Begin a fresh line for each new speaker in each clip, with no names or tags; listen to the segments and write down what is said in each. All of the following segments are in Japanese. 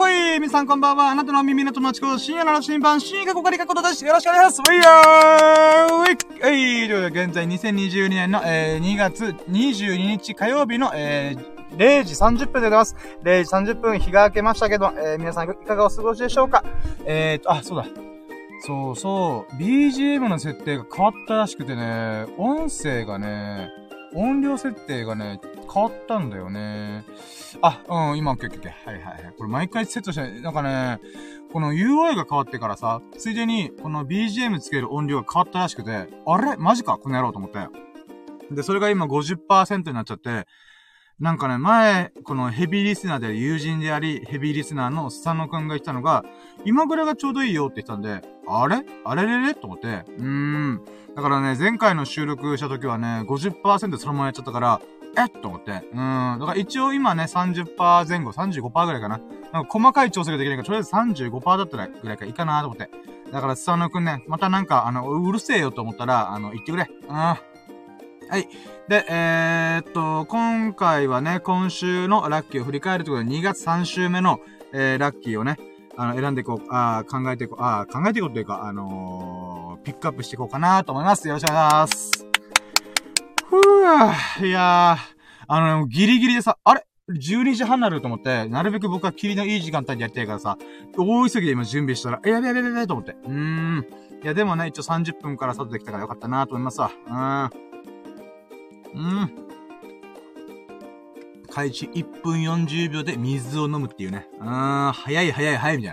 ほい皆さんこんばんは。あなたの耳の友達こと深夜の新版、深夜こかりかことです。よろしくお願いします。ウィーということで、現在2022年の、2月22日火曜日の、0時30分でございます。0時30分日が明けましたけど、皆さんいかがお過ごしでしょうか。そうだ。そうそう、BGM の設定が変わったらしくてね、音量設定がね、変わったんだよね。今、オッケーオッケー。はい。これ毎回セットして、なんかね、この UI が変わってからさ、ついでに、この BGM つける音量が変わったらしくて、あれマジかこの野郎と思って。で、それが今 50% になっちゃって、なんかね、前、このヘビーリスナーで友人であり、ヘビーリスナーのスサノくんが言ったのが、今ぐらいがちょうどいいよって言ったんで、あれと思って、だからね、前回の収録した時はね、50% そのままやっちゃったから、と思って。だから一応今ね、30% 前後、35% ぐらいかな。なんか細かい調整ができないから、とりあえず 35% だったらぐらいかいいかなと思って。だからスサノくんね、またなんか、うるせえよと思ったら、言ってくれ。はい。で、今回はね、今週のラッキーを振り返るということで、2月3週目の、ラッキーをね、選んでいこう、考えていこうというか、ピックアップしていこうかなと思います。よろしくお願いします。いやー、ギリギリでさ、あれ12時半になると思って、なるべく僕は霧のいい時間帯でやりたいからさ、大急ぎで今準備したら、やべと思って。いやでもね、一応30分からスタートできたからよかったなと思いますわ。開始1分40秒で水を飲むっていうね。早い、みたい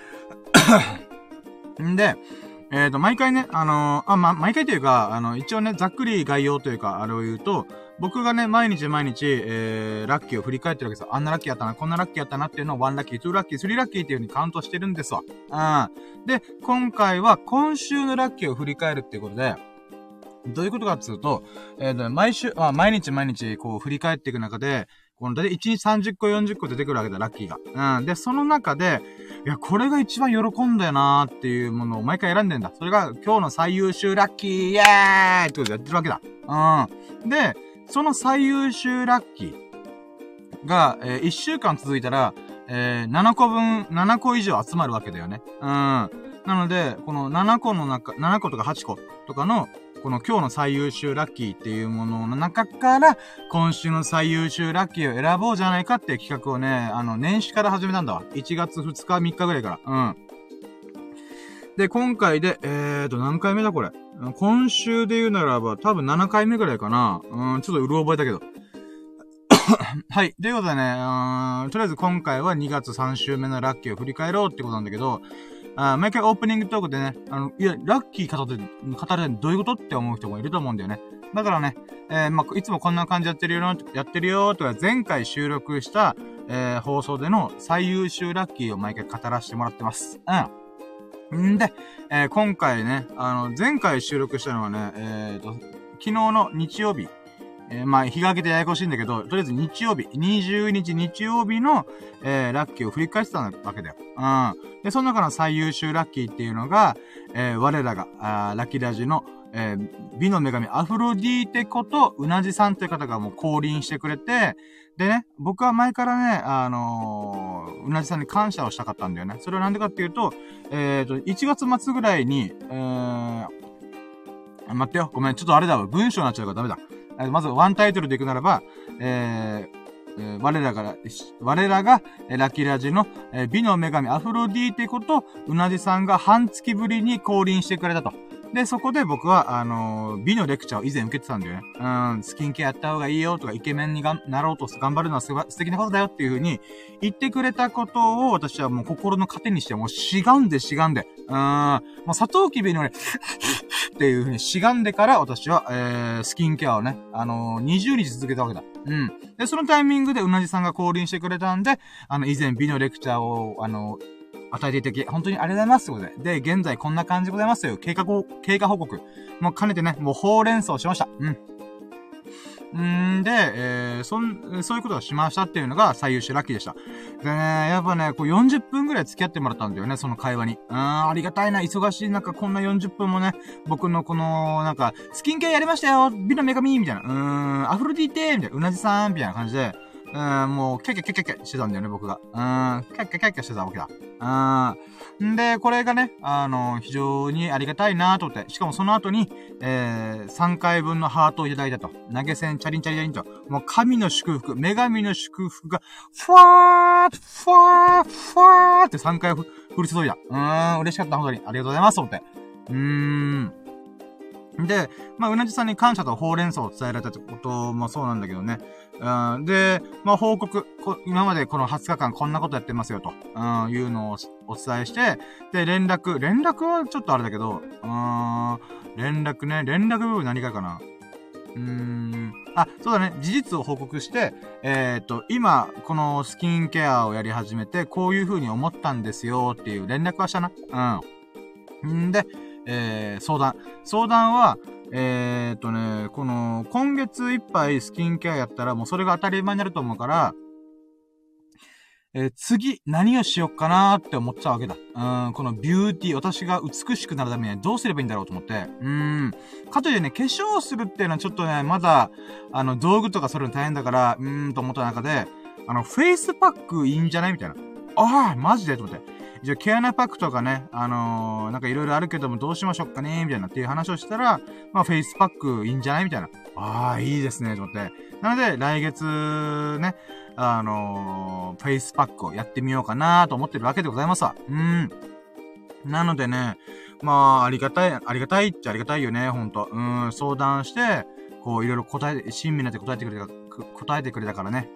な。んで、毎回ね、毎回というか、一応ね、ざっくり概要というか、あれを言うと、僕がね、毎日、ラッキーを振り返ってるわけですよ。あんなラッキーやったな、こんなラッキーやったなっていうのを1ラッキー、2ラッキー、3ラッキーっていう風にカウントしてるんですわ。で、今回は今週のラッキーを振り返るっていうことで、どういうことかっていうと、毎日、こう、振り返っていく中で、この、だいたい1日30個、40個出てくるわけだ、ラッキーが。で、その中で、いや、これが一番喜んだよなーっていうものを毎回選んでんだ。それが、今日の最優秀ラッキー、イエーイってことでやってるわけだ。で、その最優秀ラッキーが、1週間続いたら、7個以上集まるわけだよね。なので、この7個とか8個とかの、この今日の最優秀ラッキーっていうものの中から、今週の最優秀ラッキーを選ぼうじゃないかっていう企画をね、年始から始めたんだわ。1月2日、3日ぐらいから。で、今回で、何回目だこれ。今週で言うならば、多分7回目ぐらいかな。ちょっとうる覚えたけど。はい。ということでね、とりあえず今回は2月3週目のラッキーを振り返ろうってことなんだけど、毎回オープニングトークでね、いや、ラッキー語るってどういうことって思う人もいると思うんだよね。だからね、いつもこんな感じやってるよとか、前回収録した、放送での最優秀ラッキーを毎回語らせてもらってます。んで、今回ね、前回収録したのはね、昨日の日曜日、日が明けてややこしいんだけど、とりあえず日曜日、22日日曜日の、ラッキーを振り返ってたわけだよ。で、その中の最優秀ラッキーっていうのが、我らが、ラッキーラジの、美の女神アフロディーテことうなじさんという方がもう降臨してくれて、でね、僕は前からね、うなじさんに感謝をしたかったんだよね。それはなんでかっていうと、1月末ぐらいに、待ってよ。ごめん。ちょっとあれだわ。文章になっちゃうからダメだ。まずワンタイトルでいくならば、我らが、ラッキーラジの、美の女神アフロディーテことうなじさんが半月ぶりに降臨してくれたと。で、そこで僕は、美のレクチャーを以前受けてたんだよね。スキンケアやった方がいいよとか、イケメンになろうと頑張るのは素敵なことだよっていう風に言ってくれたことを私はもう心の糧にして、もうしがんで。もうサトウキビのね、っていう風にしがんでから私は、スキンケアをね、20日続けたわけだ。で、そのタイミングでうなじさんが降臨してくれたんで、以前美のレクチャーを、与えていただき、本当にありがとうございますってことで。で、現在こんな感じでございますという経過報告。もう兼ねてね、もうほうれん草しました。で、そういうことをしましたっていうのが最優秀ラッキーでした。でね、やっぱね、こう40分ぐらい付き合ってもらったんだよね、その会話に。ありがたいな、忙しい中、こんな40分もね、僕のこの、なんか、スキンケアやりましたよ美の女神みたいな。アフロディーテみたいな、うなじさんみたいな感じで、 もう、キャッキャキャッキャッキャしてたんだよね、僕が。キャッキャキャッキャしてたわけだ。んで、これがね、非常にありがたいなと思って、しかもその後に、3回分のハートをいただいたと。投げ銭、チャリンチャリンと。もう神の祝福、女神の祝福が、ふわーふわーふわーって3回降り注いだ。嬉しかった、本当に。ありがとうございます、と思って。で、まあ、うなじさんに感謝とほうれん草を伝えられたってこともそうなんだけどね。で、まあ、報告、今までこの20日間こんなことやってますよと、いうのをお伝えして、で、連絡はちょっとあれだけど、連絡部分何かな。そうだね。事実を報告して、今、このスキンケアをやり始めて、こういう風に思ったんですよっていう連絡はしたな。で、相談は、この、今月いっぱいスキンケアやったら、もうそれが当たり前になると思うから、次、何をしよっかなーって思ってたわけだ。このビューティー、私が美しくなるためにはどうすればいいんだろうと思って。かといってね、化粧するっていうのはちょっとね、まだ、道具とかそれの大変だから、と思った中で、フェイスパックいいんじゃないみたいな。マジでと思って。じゃあ、毛穴パックとかね、なんかいろいろあるけどもどうしましょうかねみたいなっていう話をしたら、まあ、フェイスパックいいんじゃないみたいな。いいですね、と思って。なので、来月、ね、フェイスパックをやってみようかなと思ってるわけでございますわ。なのでね、まあ、ありがたいっちゃありがたいよね、ほんと。相談して、こう、いろいろ親身になって答えてくれたからね。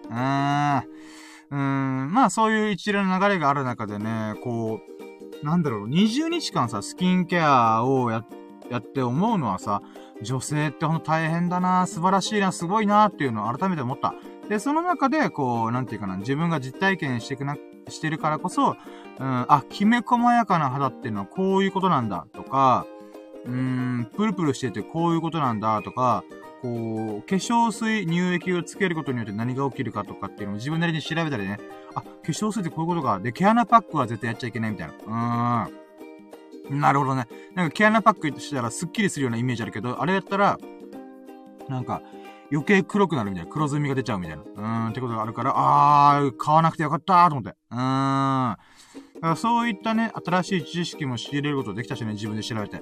まあそういう一連の流れがある中でね、こう、なんだろう、20日間さ、スキンケアをやって思うのはさ、女性ってほんと大変だな、素晴らしいな、すごいなっていうのを改めて思った。で、その中で、こう、なんていうかな、自分が実体験してるからこそ、きめ細やかな肌っていうのはこういうことなんだとか、プルプルしててこういうことなんだとか、こう、化粧水、乳液をつけることによって何が起きるかとかっていうのを自分なりに調べたりね。化粧水ってこういうことか。で、毛穴パックは絶対やっちゃいけないみたいな。なるほどね。なんか毛穴パックしたらスッキリするようなイメージあるけど、あれやったら、なんか、余計黒くなるみたいな。黒ずみが出ちゃうみたいな。ってことがあるから、買わなくてよかったーと思って。だからそういったね、新しい知識も仕入れることできたしね、自分で調べて。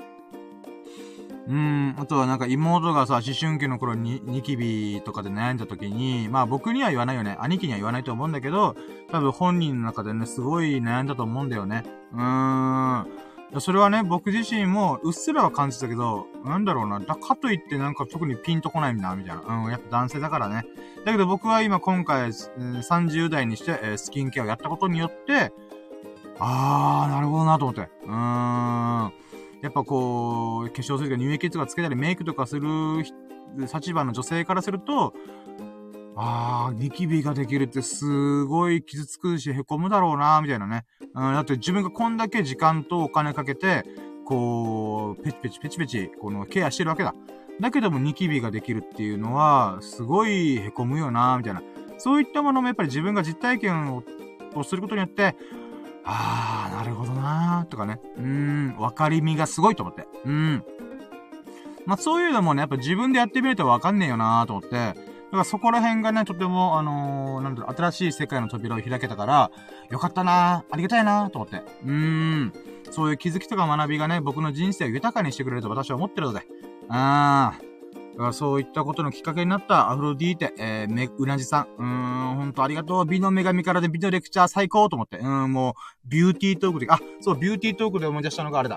あとはなんか妹がさ、思春期の頃にニキビとかで悩んだ時に、まあ僕には言わないよね。兄貴には言わないと思うんだけど、多分本人の中でね、すごい悩んだと思うんだよね。それはね、僕自身もうっすらは感じたけど、なんだろうな、かといってなんか特にピンとこないな、みたいな。やっぱ男性だからね。だけど僕は今回、30代にして、スキンケアをやったことによって、なるほどなと思って。やっぱこう、化粧水とか乳液とかつけたりメイクとかする立場の女性からすると、ニキビができるってすごい傷つくし凹むだろうなみたいなね。だって自分がこんだけ時間とお金かけて、こう、ペチペチ、このケアしてるわけだ。だけどもニキビができるっていうのは、すごい凹むよなみたいな。そういったものもやっぱり自分が実体験をすることによって、なるほどなーとかね。わかりみがすごいと思って。まあ、そういうのもね、やっぱ自分でやってみるとわかんねえよなーと思って。だからそこら辺がね、とても、新しい世界の扉を開けたから、よかったなー、ありがたいなーと思って。そういう気づきとか学びがね、僕の人生を豊かにしてくれると私は思ってるので。だからそういったことのきっかけになったアフロディーテ、うなじさん。ほんとありがとう。美の女神からで美のレクチャー最高と思って。もう、ビューティートークで、そう、ビューティートークで思い出したのがあれだ。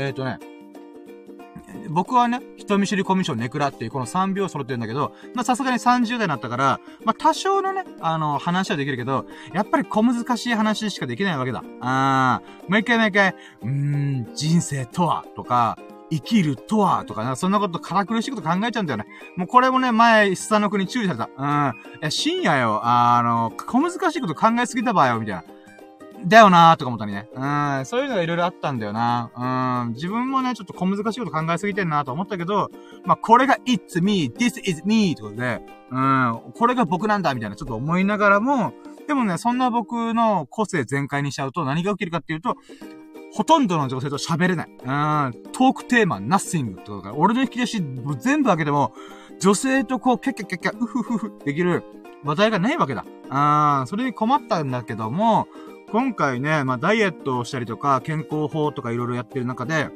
僕はね、人見知りコミュ障ネクラっていうこの3秒揃ってるんだけど、まあさすがに30代になったから、まあ多少のね、話はできるけど、やっぱり小難しい話しかできないわけだ。毎回、人生とはとか、生きるとはとかね、そんなこと堅苦しいこと考えちゃうんだよね。もうこれもね、前、スタノクに注意された。深夜よ、小難しいこと考えすぎた場合よ、みたいな。だよなーとか思ったりね。そういうのがいろいろあったんだよな。自分もね、ちょっと小難しいこと考えすぎてんなと思ったけど、まあ、これが It's me, this is me ってことで、これが僕なんだみたいなちょっと思いながらも、でもね、そんな僕の個性全開にしちゃうと何が起きるかっていうと、ほとんどの女性と喋れない。トークテーマ、nothing とか、俺の引き出し全部開けても、 女性とこう、キャッキャッキャッキャ、うふふふできる話題がないわけだ。それに困ったんだけども、今回ね、まあ、ダイエットをしたりとか、健康法とかいろいろやってる中で、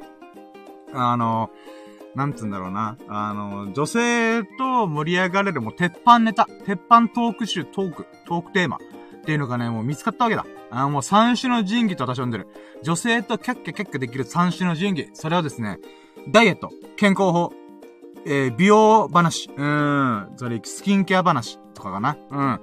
なんつうんだろうな。女性と盛り上がれるもう鉄板ネタ、鉄板トーク集、トークテーマっていうのがね、もう見つかったわけだ。もう三種の神器と私呼んでる。女性とキャッキャキャッキャできる三種の神器。それはですね、ダイエット、健康法、美容話、それ、スキンケア話とかかな。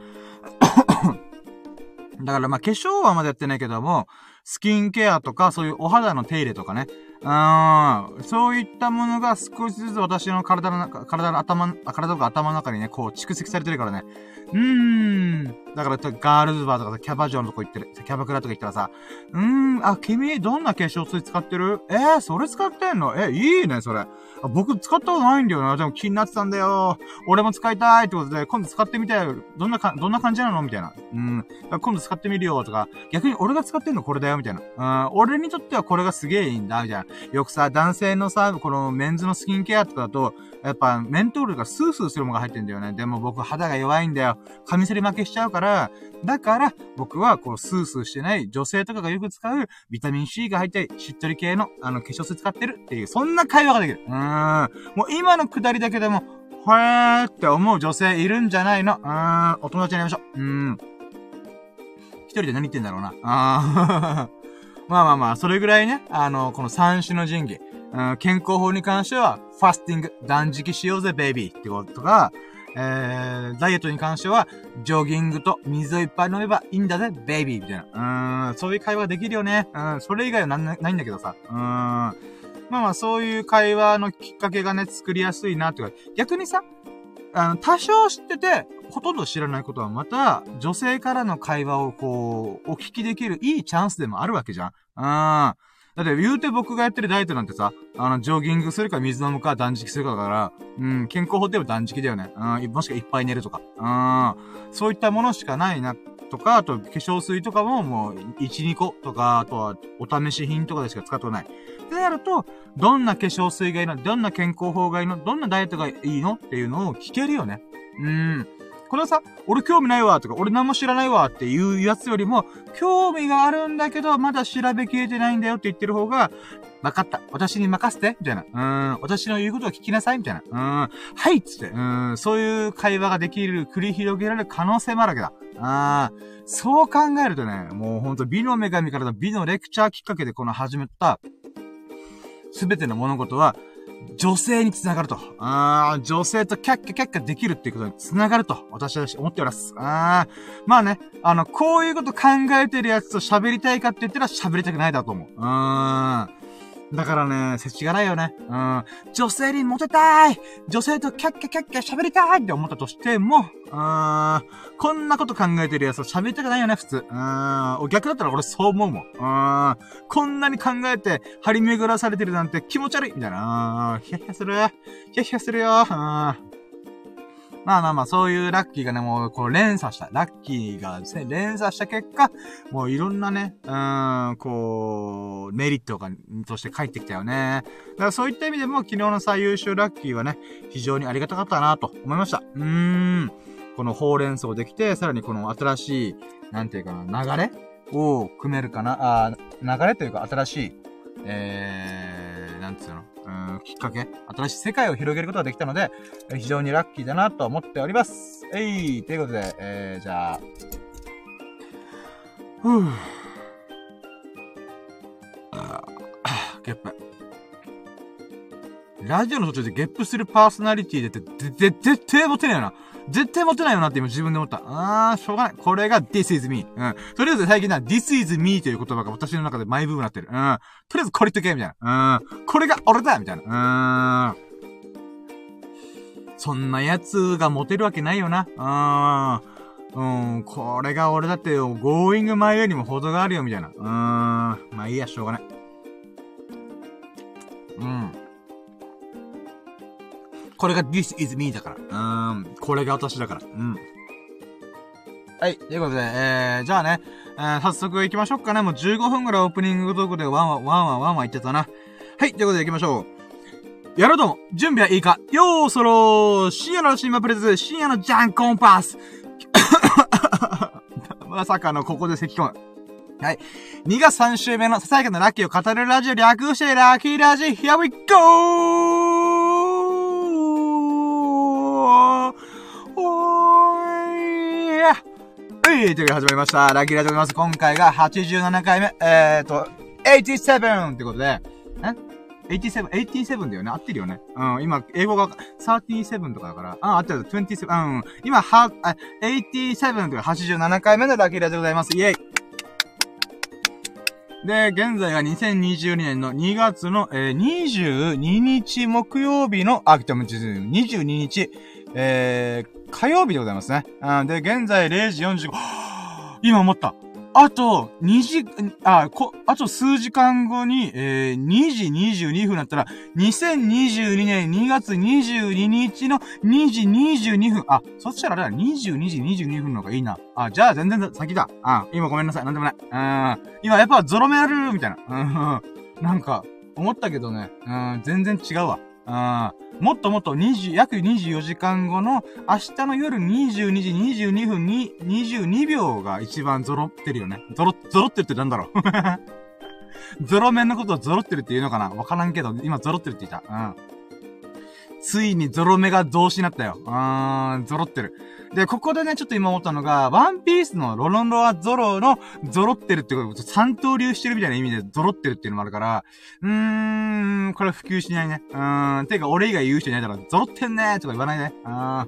だからまあ化粧はまだやってないけども、スキンケアとかそういうお肌の手入れとかね。そういったものが少しずつ私の体とか頭の中にね、こう蓄積されてるからね。だからガールズバーとかさ、キャバ嬢のとこ行ってる、キャバクラとか行ったらさ、君どんな化粧水使ってる？それ使ってんの？いいね、それ。僕使ったことないんだよな。でも気になってたんだよ。俺も使いたいってことで、今度使ってみたい。どんな感じなのみたいな。今度使ってみるよとか、逆に俺が使ってんのこれだよみたいな。俺にとってはこれがすげえいいんだみたいな。よくさ、男性のさ、このメンズのスキンケアとかだと、やっぱメントールがスースーするものが入ってんだよね。でも僕肌が弱いんだよ。カミソリ負けしちゃうから、だから僕はこうスースーしてない女性とかがよく使うビタミン C が入ってしっとり系の化粧水使ってるっていう、そんな会話ができる。もう今のくだりだけでも、へーって思う女性いるんじゃないの？お友達になりましょう。一人で何言ってんだろうな。まあ、それぐらいね、この三種の神器。健康法に関しては、ファスティング、断食しようぜ、ベイビーってことが、ダイエットに関しては、ジョギングと水をいっぱい飲めばいいんだぜ、ベイビーみたいな。そういう会話ができるよね。それ以外はないんだけどさ。まあ、そういう会話のきっかけがね、作りやすいなっていうか、逆にさ、多少知ってて、ほとんど知らないことはまた、女性からの会話をこう、お聞きできるいいチャンスでもあるわけじゃん。だって言うて僕がやってるダイエットなんてさ、ジョギングするか水飲むか断食するかだから、健康法でも断食だよね。もしくはいっぱい寝るとか。そういったものしかないな、とか、あと化粧水とかももう1、2個とか、あとはお試し品とかでしか使ってない。ってなると、どんな化粧水がいいの？どんな健康法がいいの？どんなダイエットがいいの？っていうのを聞けるよね。これはさ、俺興味ないわとか、俺何も知らないわっていうやつよりも、興味があるんだけど、まだ調べきれてないんだよって言ってる方が、わかった。私に任せてみたいな。私の言うことを聞きなさいみたいな。はいっつって。そういう会話ができる、繰り広げられる可能性もあるわけだ。そう考えるとね、もうほんと美の女神からの美のレクチャーきっかけでこの始めた、すべての物事は、女性につながると。女性とキャッキャキャッキャできるっていうことにつながると、私は思っております。まあね、こういうこと考えてるやつと喋りたいかって言ったら喋りたくないだと思う。だからね、世知がないよね。女性にモテたい！女性とキャッキャキャッキャ喋りたいって思ったとしても、こんなこと考えてるやつと喋りたくないよね、普通。逆だったら俺そう思うもん。こんなに考えて張り巡らされてるなんて気持ち悪いみたいな。ヒヤヒヤする。ヒヤヒヤするよ。まあ、そういうラッキーがね、もう、こう、ラッキーがですね、連鎖した結果、もういろんなね、こう、メリットとして返ってきたよね。だからそういった意味でも、昨日の最優秀ラッキーはね、非常にありがたかったなと思いました。このほうれん草できて、さらにこの新しい、なんていうかな、流れを組めるかな。流れというか新しい、なんつうのきっかけ、新しい世界を広げることができたので、非常にラッキーだなと思っております。ということで、じゃあ、ゲップ。ラジオの途中でゲップするパーソナリティで絶対モテないよな。絶対モテないよなって今自分で思った。しょうがない。これが This is me。とりあえず最近This is me という言葉が私の中でマイブームになってる。とりあえずこれ言っとけみたいな。これが俺だみたいな。そんなやつがモテるわけないよな。これが俺だってよ、Going my way にも程があるよみたいな。まあいいや、しょうがない。これが This is me だから。これが私だから。はい。ということで、じゃあね、早速行きましょうかね。もう15分ぐらいオープニングトークでワンワン言ってたな。はい。ということで行きましょう。 やろうとも、準備はいいかよーそろー深夜のシンマプレゼン深夜のジャンコンパスまさかのここで咳込む。はい。2月3週目のささやかなラッキーを語るラジオ略してラッキーラジ Here we go! というわけで始まりました。ラッキーラジオでございます。今回が87回目。87ってことで、87だよね。合ってるよね。うん、今、英語が37とかだから。合ってる。27。うん。今、87という87回目のラッキーラジオでございます。イェイ。で、現在が2022年の2月の、22日木曜日の、22日、火曜日でございますね。で、現在0時45、今思った。あと数時間後に、2時22分になったら、2022年2月22日の2時22分。そしたらあれだ、22時22分の方がいいな。じゃあ全然先だ。今ごめんなさい。なんでもない。今やっぱゾロ目あるみたいな。なんか、思ったけどね。全然違うわ。もっと約24時間後の明日の夜22時22分に22秒が一番ゾロってるよね。ゾロってるってなんだろうゾロ目のことをゾロってるって言うのかなわからんけど、今ゾロってるって言った。ついにゾロ目が動詞になったよ。ゾロってる。で、ここでね、ちょっと今思ったのが、ワンピースのロロンロアゾロのゾロってるってこと、三刀流してるみたいな意味でゾロってるっていうのもあるから、これ普及しないね。てか俺以外言う人いないだろ。ゾロってんねーとか言わないね。はい、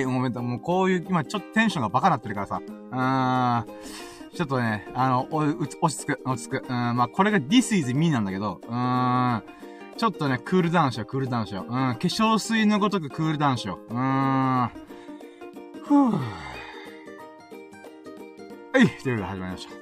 ごめんと、もうこういう、今ちょっとテンションがバカなってるからさ。ちょっとね、落ち着く。まあ、これが This is me なんだけど、ちょっとね、クールダウンしよう。化粧水のごとくクールダウンしよう。はい、ということで始まりました。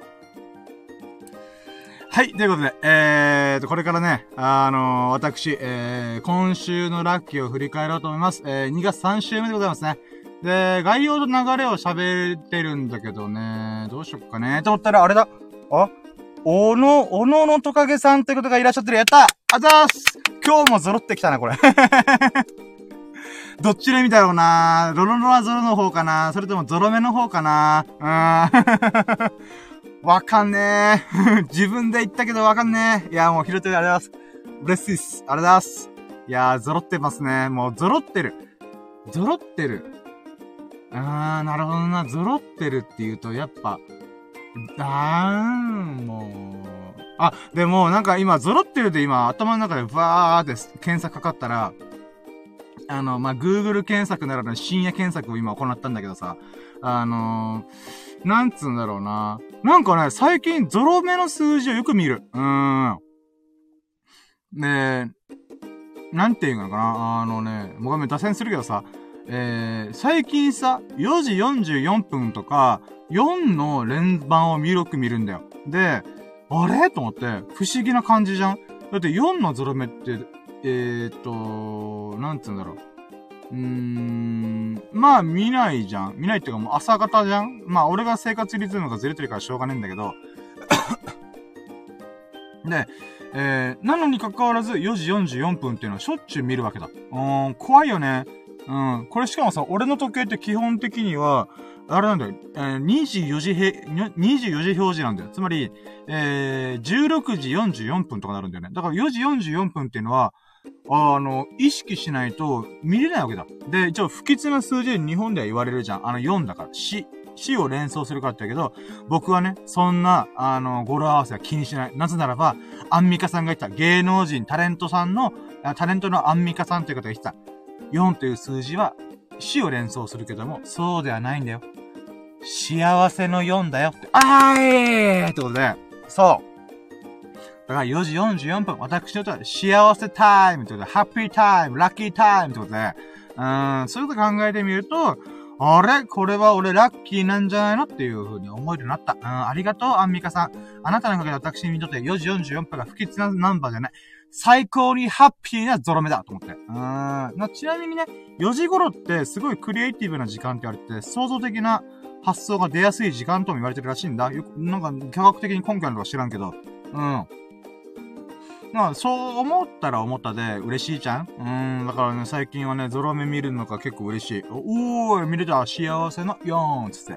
はい、ということで、これからね、私、今週のラッキーを振り返ろうと思います。2月3週目でございますね。で、概要の流れを喋ってるんだけどね、どうしよっかね、と思ったら、あれだ。おのトカゲさんってことがいらっしゃってる。やったあざーす今日もゾロってきたな、これ。どっちの意味だろうなロロノアゾロの方かなそれともゾロ目の方かなわかんねえ。自分で言ったけどわかんねえ。いや、もう拾ってるありがとうございます。嬉しいっす。ありがとうございます。いやー、ゾロってますね。もうゾロってる。なるほどな。ゾロってるって言うと、やっぱ、もう。でも、なんか今、ゾロってるで今、頭の中でバーって検索かかったら、Google 検索ならぬ深夜検索を今行ったんだけどさ、なんつうんだろうな。なんかね、最近ゾロ目の数字をよく見る。で、なんていうのかな。もうごめん、脱線するけどさ、最近さ、4時44分とか、4の連番をよく見るんだよ。で、あれと思って、不思議な感じじゃん。だって4のゾロ目って、なんつうんだろう。まあ見ないじゃん。見ないっていうかもう朝方じゃん。まあ俺が生活リズムがずれてるからしょうがねえんだけど。で、なのに関わらず4時44分っていうのはしょっちゅう見るわけだ。怖いよね。これしかもさ、俺の時計って基本的には、あれなんだよ、24時表示なんだよ。つまり、16時44分とかなるんだよね。だから4時44分っていうのは、意識しないと見れないわけだ。で、一応不吉な数字で日本では言われるじゃん。4だから。死を連想するからって言うけど、僕はね、そんな、語呂合わせは気にしない。なぜならば、アンミカさんが言った芸能人、タレントのアンミカさんという方が言った。4という数字は死を連想するけども、そうではないんだよ。幸せの4だよって。ってことで、そう。だから4時44分、私にとっては幸せタイムってことで、ハッピータイム、ラッキータイムってことで、そういうこと考えてみると、あれこれは俺ラッキーなんじゃないのっていう風に思えるようになった。ありがとう、アンミカさん。あなたのおかげで私にとって4時44分が不吉なナンバーじゃない。最高にハッピーなゾロ目だと思って。ちなみにね、4時頃ってすごいクリエイティブな時間って言われて、創造的な発想が出やすい時間とも言われてるらしいんだ。なんか科学的に根拠あるのか知らんけど。 まあ、そう思ったら思ったで嬉しいじゃん。だからね、最近はね、ゾロ目見るのが結構嬉しい。おーい、見れた、幸せの4つって。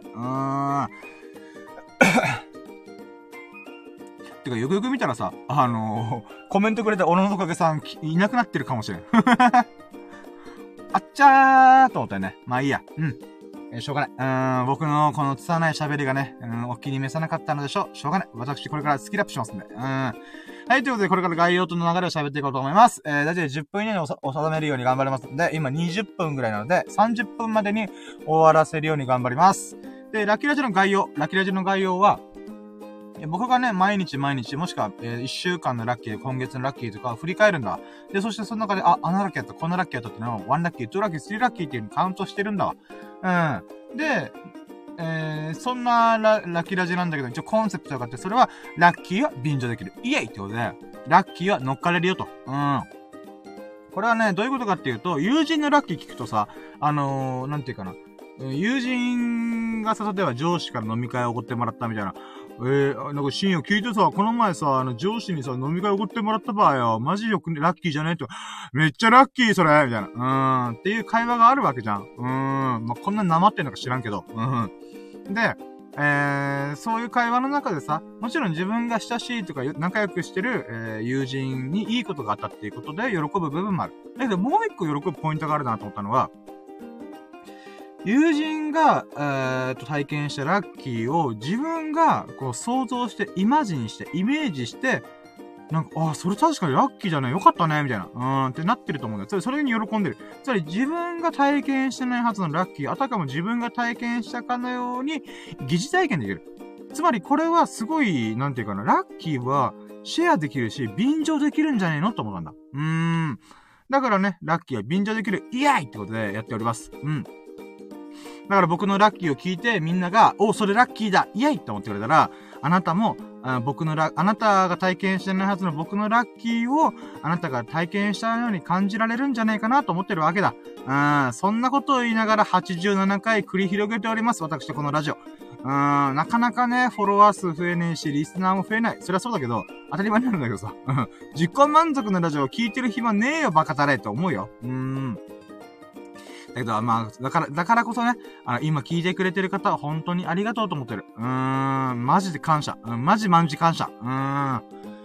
てか、よくよく見たらさ、コメントくれた小野のかげさん、いなくなってるかもしれん。あっちゃーと思ったよね。まあいいや。しょうがない。僕のこの拙い喋りがね、お気に召さなかったのでしょう。しょうがない。私これからスキルアップしますんで。はい、ということで、これから概要との流れを喋っていこうと思います。だいたい10分以内に収めるように頑張りますので、今20分ぐらいなので、30分までに終わらせるように頑張ります。で、ラッキーラジオの概要は、僕がね、毎日、もしくは、1週間のラッキー、今月のラッキーとかを振り返るんだ。で、そしてその中で、あのラッキーやった、こんなラッキーやったっていうのを、1ラッキー、2ラッキー、3ラッキーっていうのにカウントしてるんだわ。で、そんなラッキーラジなんだけど、一応コンセプトがあって、それは、ラッキーは便乗できる。イエイってことで、ラッキーは乗っかれるよと。これはね、どういうことかっていうと、友人のラッキー聞くとさ、なんていうかな。友人がさ、例えば上司から飲み会をおごってもらったみたいな。なんか深夜聞いてさ、この前さ、上司にさ、飲み会おごってもらった場合よ。マジよくラッキーじゃねえと。めっちゃラッキーそれみたいな。っていう会話があるわけじゃん。まあ、こんな生ってんのか知らんけど。で、そういう会話の中でさ、もちろん自分が親しいとか仲良くしてる、友人にいいことがあったっていうことで喜ぶ部分もある。だけどもう一個喜ぶポイントがあるなと思ったのは、友人が、体験したラッキーを自分がこう想像して、イメージして、なんか、それ確かにラッキーじゃねよかったねみたいな。ってなってると思うんだよ。それに喜んでる。つまり自分が体験してないはずのラッキー、あたかも自分が体験したかのように、疑似体験できる。つまりこれはすごい、なんていうかな、ラッキーはシェアできるし、便乗できるんじゃねえのと思ったんだ。だからね、ラッキーは便乗できる、イエーイってことでやっております。だから僕のラッキーを聞いてみんなが、それラッキーだイエイって思ってくれたら、あなたも、あなたが体験してないはずの僕のラッキーを、あなたが体験したように感じられるんじゃないかなと思ってるわけだ。そんなことを言いながら87回繰り広げております。私とこのラジオ。なかなかね、フォロワー数増えねえし、リスナーも増えない。そりゃそうだけど、当たり前なんだけどさ。自己満足のラジオを聞いてる暇ねえよ、バカたれって思うよ。だけど、まあ、だからこそね、今聞いてくれてる方は本当にありがとうと思ってる。マジで感謝。マジ感謝。はい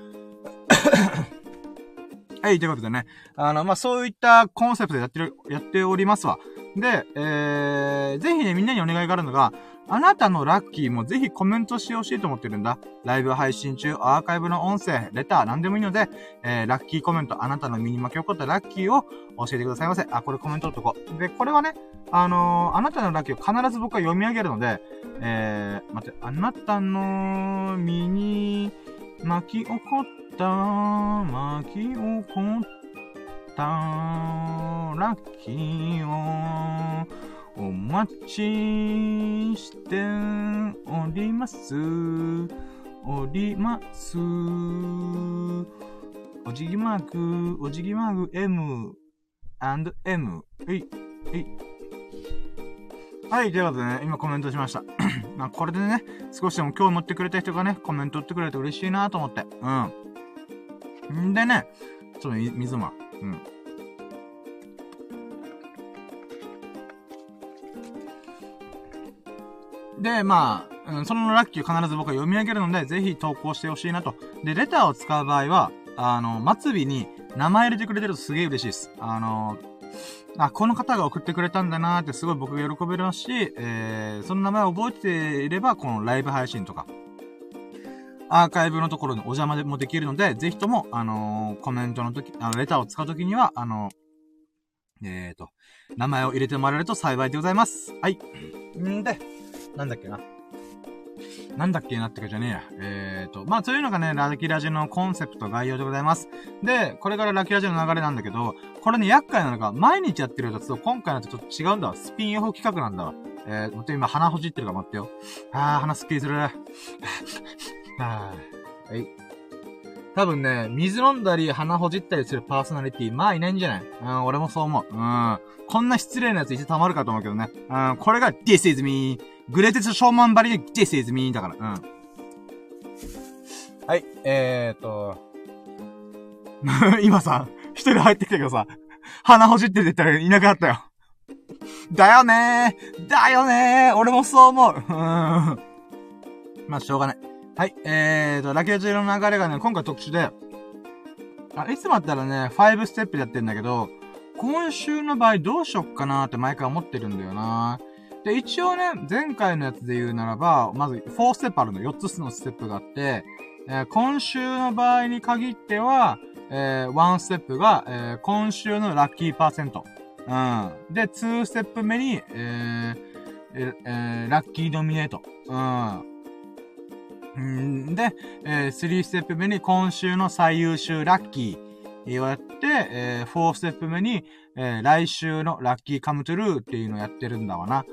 、ということでね。まあ、そういったコンセプトでやっておりますわ。で、ぜひね、みんなにお願いがあるのが、あなたのラッキーもぜひコメントしてほしいと思ってるんだ。ライブ配信中、アーカイブの音声、レター、なんでもいいので、ラッキーコメント、あなたの身に巻き起こったラッキーを教えてくださいませ。これコメントとこう。で、これはね、あなたのラッキーを必ず僕は読み上げるので、待って、あなたの身に巻き起こったラッキーをお待ちしております。おじぎマーク M&M。はい、ということでね、今コメントしました。まあ、これでね、少しでも今日持ってくれた人がね、コメント打ってくれて嬉しいなと思って。んでね、ちょっと水も。で、まあ、そのラッキーを必ず僕は読み上げるので、ぜひ投稿してほしいなと。で、レターを使う場合は、末尾に名前入れてくれてるとすげえ嬉しいです。この方が送ってくれたんだなーってすごい僕が喜べるし、その名前を覚えていれば、このライブ配信とか、アーカイブのところのお邪魔でもできるので、ぜひとも、コメントの時、レターを使う時には、名前を入れてもらえると幸いでございます。はい。んで、なんだっけなってかじゃねえや。まあ、そういうのがね、ラッキーラジオのコンセプト概要でございます。で、これからラッキーラジオの流れなんだけど、これね、厄介なのが、毎日やってるやつと今回のとちょっと違うんだわ。スピンオフ企画なんだわ。待って、今鼻ほじってるから待ってよ。鼻すっきりする。はい。多分ね、水飲んだり鼻ほじったりするパーソナリティ、まあいないんじゃない？俺もそう思う。こんな失礼なやついてたまるかと思うけどね。これが This is me。グレーテストショーマンばりで This is me だから。はい、 今さ、一人入ってきたけどさ、鼻ほじってって言ったらいなくなったよ。だよねー。だよねー。俺もそう思う。まあ、しょうがない。はい。ラキラジの流れがね、今回特殊で、いつもだったらね、5ステップでやってんだけど、今週の場合どうしよっかなーって毎回思ってるんだよな。で、一応ね、前回のやつで言うならば、まず4ステップあるの。4つのステップがあって、今週の場合に限っては、1ステップが、今週のラッキーパーセント。うん。で、2ステップ目に、ラッキーノミネート。で、3ステップ目に今週の最優秀ラッキーをやって、4ステップ目に、来週のラッキーカムトゥルーっていうのをやってるんだわな。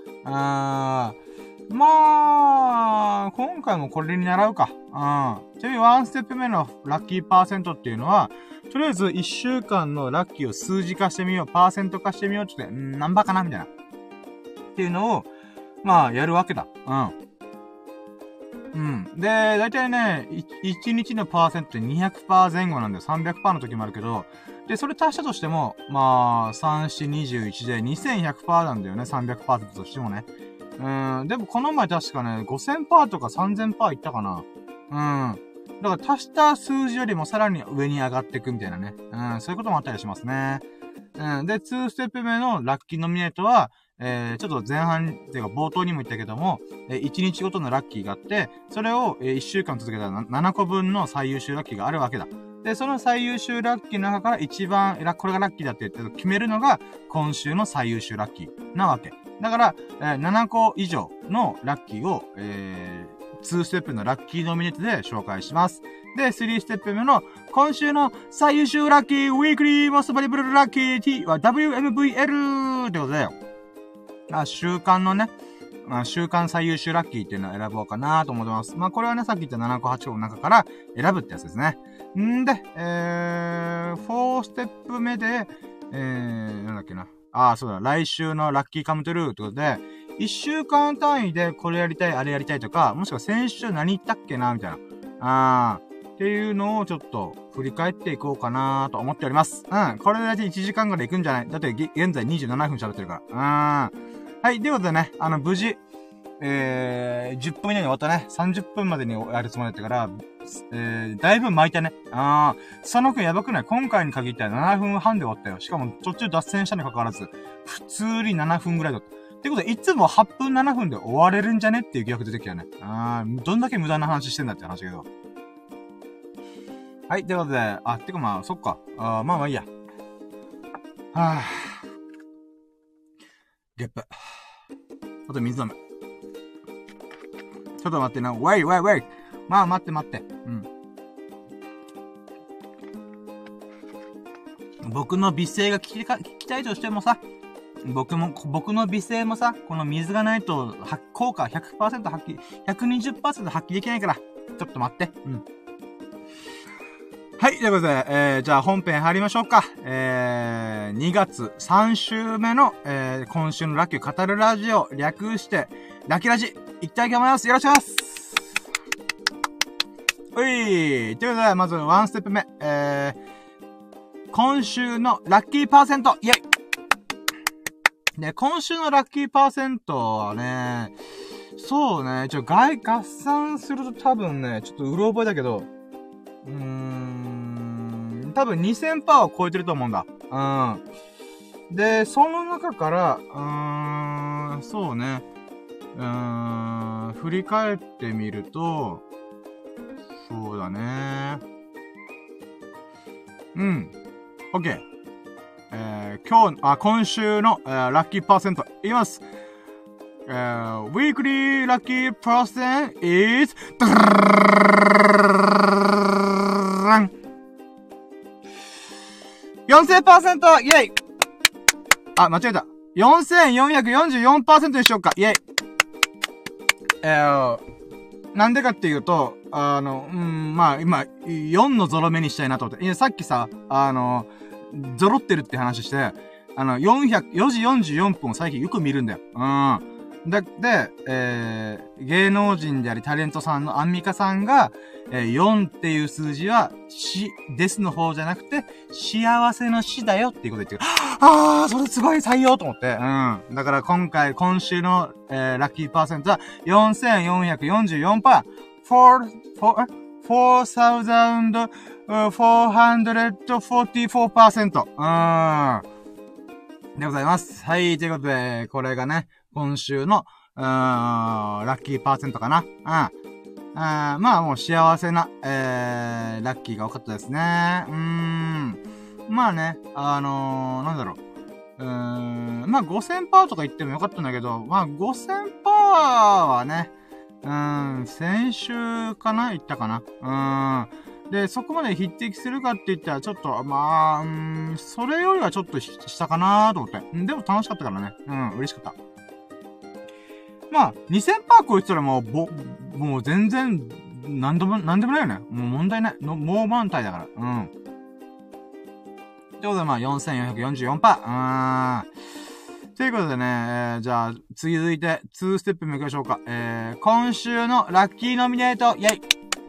まあ、今回もこれに習うか。ちなみに1ステップ目のラッキーパーセントっていうのは、とりあえず1週間のラッキーを数字化してみよう、パーセント化してみようって言って、何ばかなみたいな。っていうのを、まあ、やるわけだ。で、だいたいね、1日のパーセントって200% 前後なんだよ。300% の時もあるけど、で、それ足したとしても、まあ、3、4、21で2100% なんだよね。300% としてもね。でもこの前確かね、5000% とか3000% いったかな。だから足した数字よりもさらに上に上がっていくみたいなね。そういうこともあったりしますね。で、2ステップ目のラッキーノミネートは、ちょっと前半っていうか冒頭にも言ったけども、1日ごとのラッキーがあって、それを1週間続けたら7個分の最優秀ラッキーがあるわけだ。で、その最優秀ラッキーの中から一番、これがラッキーだって言って決めるのが今週の最優秀ラッキーなわけ。だから、7個以上のラッキーを、2ステップのラッキーノミネートで紹介します。で、3ステップ目の今週の最優秀ラッキーウィークリーモストバリブルラッキー T は WMVL ってことで、週間のね、週間最優秀ラッキーっていうのを選ぼうかなと思ってます。まあ、これはね、さっき言った7個8個の中から選ぶってやつですね。んで、4ステップ目で、なんだっけな。そうだ、来週のラッキーカムトゥルーってことで、1週間単位でこれやりたい、あれやりたいとか、もしくは先週何言ったっけなみたいな。っていうのをちょっと振り返っていこうかなと思っております。これで大体1時間ぐらい行くんじゃない？だって現在27分喋ってるから。はい、ということでね、無事、10分以内に終わったね。30分までにやるつもりだったから、だいぶ巻いたね。佐野くんやばくない？今回に限っては7分半で終わったよ。しかも途中脱線したにもかかわらず、普通に7分ぐらいだった。ってことで、いつも8分7分で終われるんじゃねっていう疑惑出てきたよね。どんだけ無駄な話してんだって話だけど。はい、ということで、てかまあ、そっか。まあいいや。ゲップ。あと水飲む。ちょっと待ってな。ウェイ。まあ、待って。僕の美声が聞きたいとしてもさ、僕の美声もさ、この水がないと、効果 100% 発揮、120% 発揮できないから、ちょっと待って。はい、ということで、じゃあ本編入りましょうか。2月3週目の、今週のラッキーを語るラジオ、略して、ラッキーラジ、行きたいと思います。よろしくお願いします。ということで、まず1ステップ目、今週のラッキーパーセント、イェイ。で、今週のラッキーパーセントはね、そうね、合算すると多分ね、ちょっとうろ覚えだけど、多分 2000% を超えてると思うんだ。で、その中から、そうね、振り返ってみると、そうだね。OK。今週の、ラッキーパーセント、いきます。weekly lucky percent is 4000%! イェイ！間違えた。4444% にしようか。イェイ！なんでかっていうと、まあ、今、4のゾロ目にしたいなと思って。いや、さっきさ、ゾロってるって話して、4時44分を最近よく見るんだよ。 芸能人でありタレントさんのアンミカさんが、4っていう数字は、ですの方じゃなくて、幸せの死だよっていうこと言ってる。それすごい採用と思って。だから今週の、ラッキーパーセントは、4444%。4444%。でございます。はい、ということで、これがね、今週の、ラッキーパーセントかな。まあもう幸せな、ラッキーが多かったですね。まあね、なんだろう。まあ5000%とか言ってもよかったんだけど、まあ5000%はね、先週かな言ったかな。で、そこまで匹敵するかって言ったら、ちょっと、まあ、それよりはちょっと下かなと思って。でも楽しかったからね。嬉しかった。まあ、2000%超えてたらもう全然、なんでもないよね。もう問題ない。もう満体だから。ってことで、まあ、4444%。ということでね、じゃあ、続いて、2ステップ目行きましょうか。今週のラッキーノミネート、イェイ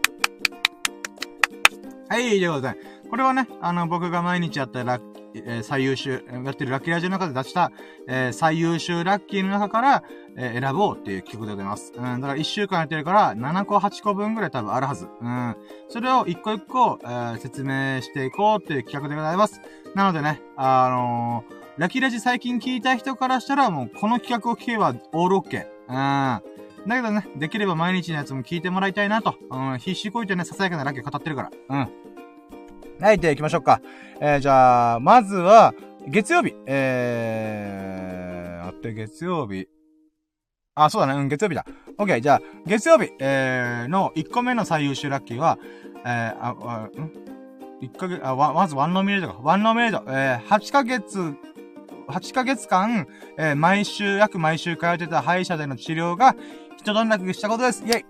はい、ということで、これはね、僕が毎日やった最優秀、やってるラッキーラジオの中で出した、最優秀ラッキーの中から、選ぼうっていう企画でございます。だから1週間やってるから、7個8個分ぐらい多分あるはず。それを1個1個、説明していこうっていう企画でございます。なのでね、ラッキーラジ最近聞いた人からしたら、もうこの企画を聞けばオールオッケー。だけどね、できれば毎日のやつも聞いてもらいたいなと。必死こいてね、ささやかなラッキー語ってるから。はい、では行きましょうか。じゃあ、まずは、月曜日。月曜日。そうだね、月曜日だ。OK、じゃあ、月曜日、の1個目の最優秀ラッキーは、1ヶ月、まずワンノミネートか。ワンノミネート。8ヶ月間、約毎週通ってた歯医者での治療が、一段落したことです。イェ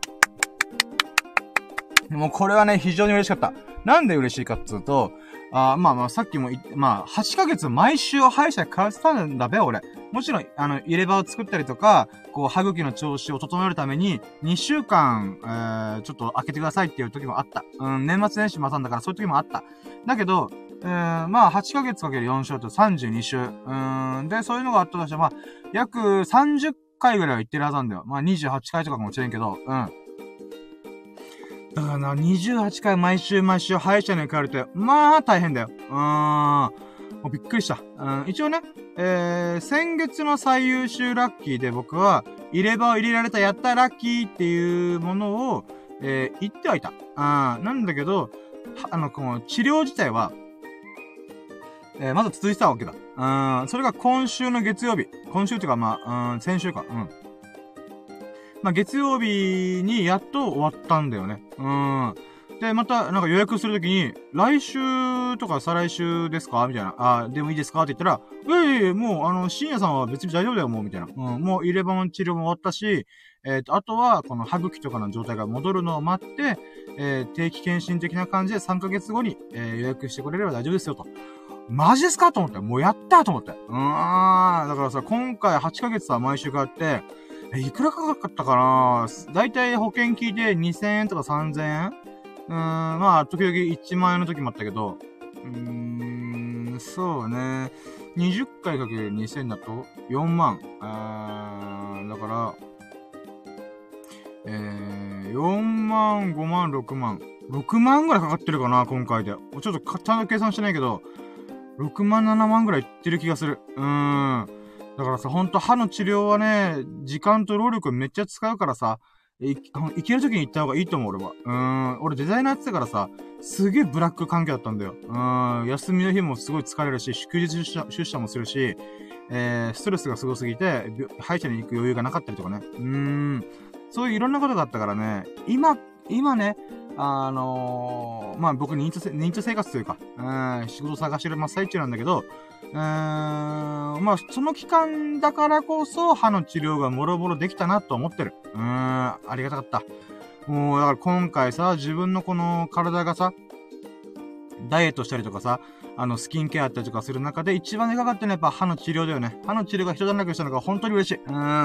イ！もうこれはね、非常に嬉しかった。なんで嬉しいかっつうと、まあ、さっきも8ヶ月毎週歯医者に通ってたんだべ、俺。もちろん、入れ歯を作ったりとか、こう、歯茎の調子を整えるために、2週間、ちょっと開けてくださいっていう時もあった。年末年始またんだからそういう時もあった。だけど、まあ、8ヶ月かける4週と32週。で、そういうのがあったとしても、約30回ぐらいは行ってるはずなんだよ。まあ、28回とかかもしれんけど、だからな、28回毎週歯医者に通ると、まあ、大変だよ。もうびっくりした。一応ね、先月の最優秀ラッキーで僕は、入れ歯を入れられたやったラッキーっていうものを、言ってはいた。なんだけど、この治療自体は、まだ続いてたわけだ。それが今週の月曜日。今週っていうか先週か。まあ、月曜日にやっと終わったんだよね。で、また、なんか予約するときに、来週とか再来週ですかみたいな。でもいいですかって言ったら、もう、深夜さんは別に大丈夫だよ、もう、みたいな。もう入れ歯の治療も終わったし、あとは、この歯茎とかの状態が戻るのを待って、定期検診的な感じで3ヶ月後に、予約してくれれば大丈夫ですよ、と。マジですかと思って。もうやったと思って。だからさ、今回8ヶ月は毎週通って、いくらかかったかなだいたい保険聞いて2000円とか3000円まあ、時々1万円の時もあったけど、そうね。20回かける2000だと4万。だから、4万、5万、6万。6万ぐらいかかってるかな、今回で。ちょっとちゃんと計算してないけど、6万、7万ぐらいいってる気がする。だからさ、ほんと歯の治療はね、時間と労力めっちゃ使うからさ、行ける時に行った方がいいと思う、俺は。俺デザイナーやってたからさ、すげえブラック環境だったんだよ。休みの日もすごい疲れるし、祝日出社もするし、ストレスがすごすぎて、歯医者に行く余裕がなかったりとかね。そういういろんなことがあったからね、今ね、まあ、僕認知生活というか、仕事探してる真っ最中なんだけど、まあ、その期間だからこそ歯の治療がもろもろできたなと思ってる。ありがたかった。もう、だから今回さ、自分のこの体がさ、ダイエットしたりとかさ、スキンケアあったりとかする中で一番でかかったのはやっぱ歯の治療だよね。歯の治療が一段落したのが本当に嬉しい。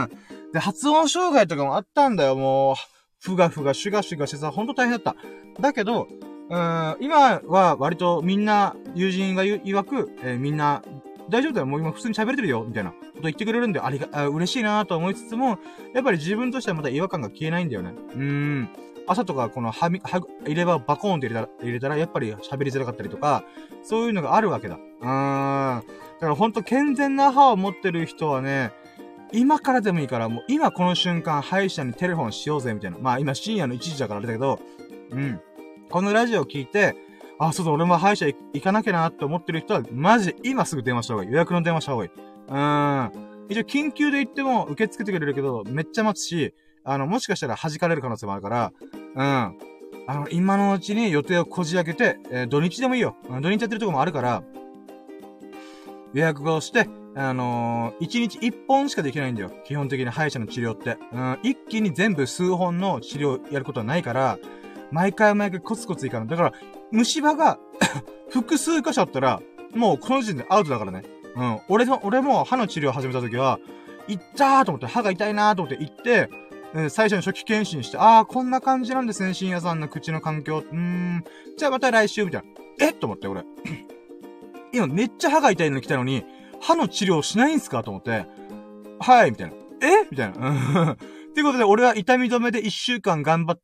で、発音障害とかもあったんだよ、もう。ふがふが、シュガシュガしてさ、ほんと大変だった。だけど、今は割とみんな、友人が曰く、みんな、大丈夫だよ、もう今普通に喋れてるよ、みたいなこと言ってくれるんで、嬉しいなと思いつつも、やっぱり自分としてはまだ違和感が消えないんだよね。朝とかこの入れ歯をバコーンって入れたら、やっぱり喋りづらかったりとか、そういうのがあるわけだ。だからほんと健全な歯を持ってる人はね、今からでもいいから、もう今この瞬間、歯医者にテレフォンしようぜ、みたいな。まあ今深夜の1時だからあれだけど、このラジオを聞いて、あ、そうだ、俺も歯医者行かなきゃなって思ってる人は、マジで今すぐ電話した方がいい。予約の電話した方がいい。一応緊急で行っても受け付けてくれるけど、めっちゃ待つし、もしかしたら弾かれる可能性もあるから、今のうちに予定をこじ開けて、土日でもいいよ。土日やってるとこもあるから、予約をして、1日1本しかできないんだよ。基本的に歯医者の治療って。一気に全部数本の治療やることはないから、毎回コツコツいかない。だから、虫歯が複数箇所あったら、もうこの時点でアウトだからね。俺も歯の治療を始めた時は、行ったーと思って、歯が痛いなーと思って行って、最初に初期検診して、こんな感じなんですね、深夜さんの口の環境。じゃあまた来週、みたいな。と思って、俺。今めっちゃ歯が痛いのに来たのに、歯の治療しないんすかと思って、はい、みたいな。みたいな。ということで、俺は痛み止めで1週間頑張って、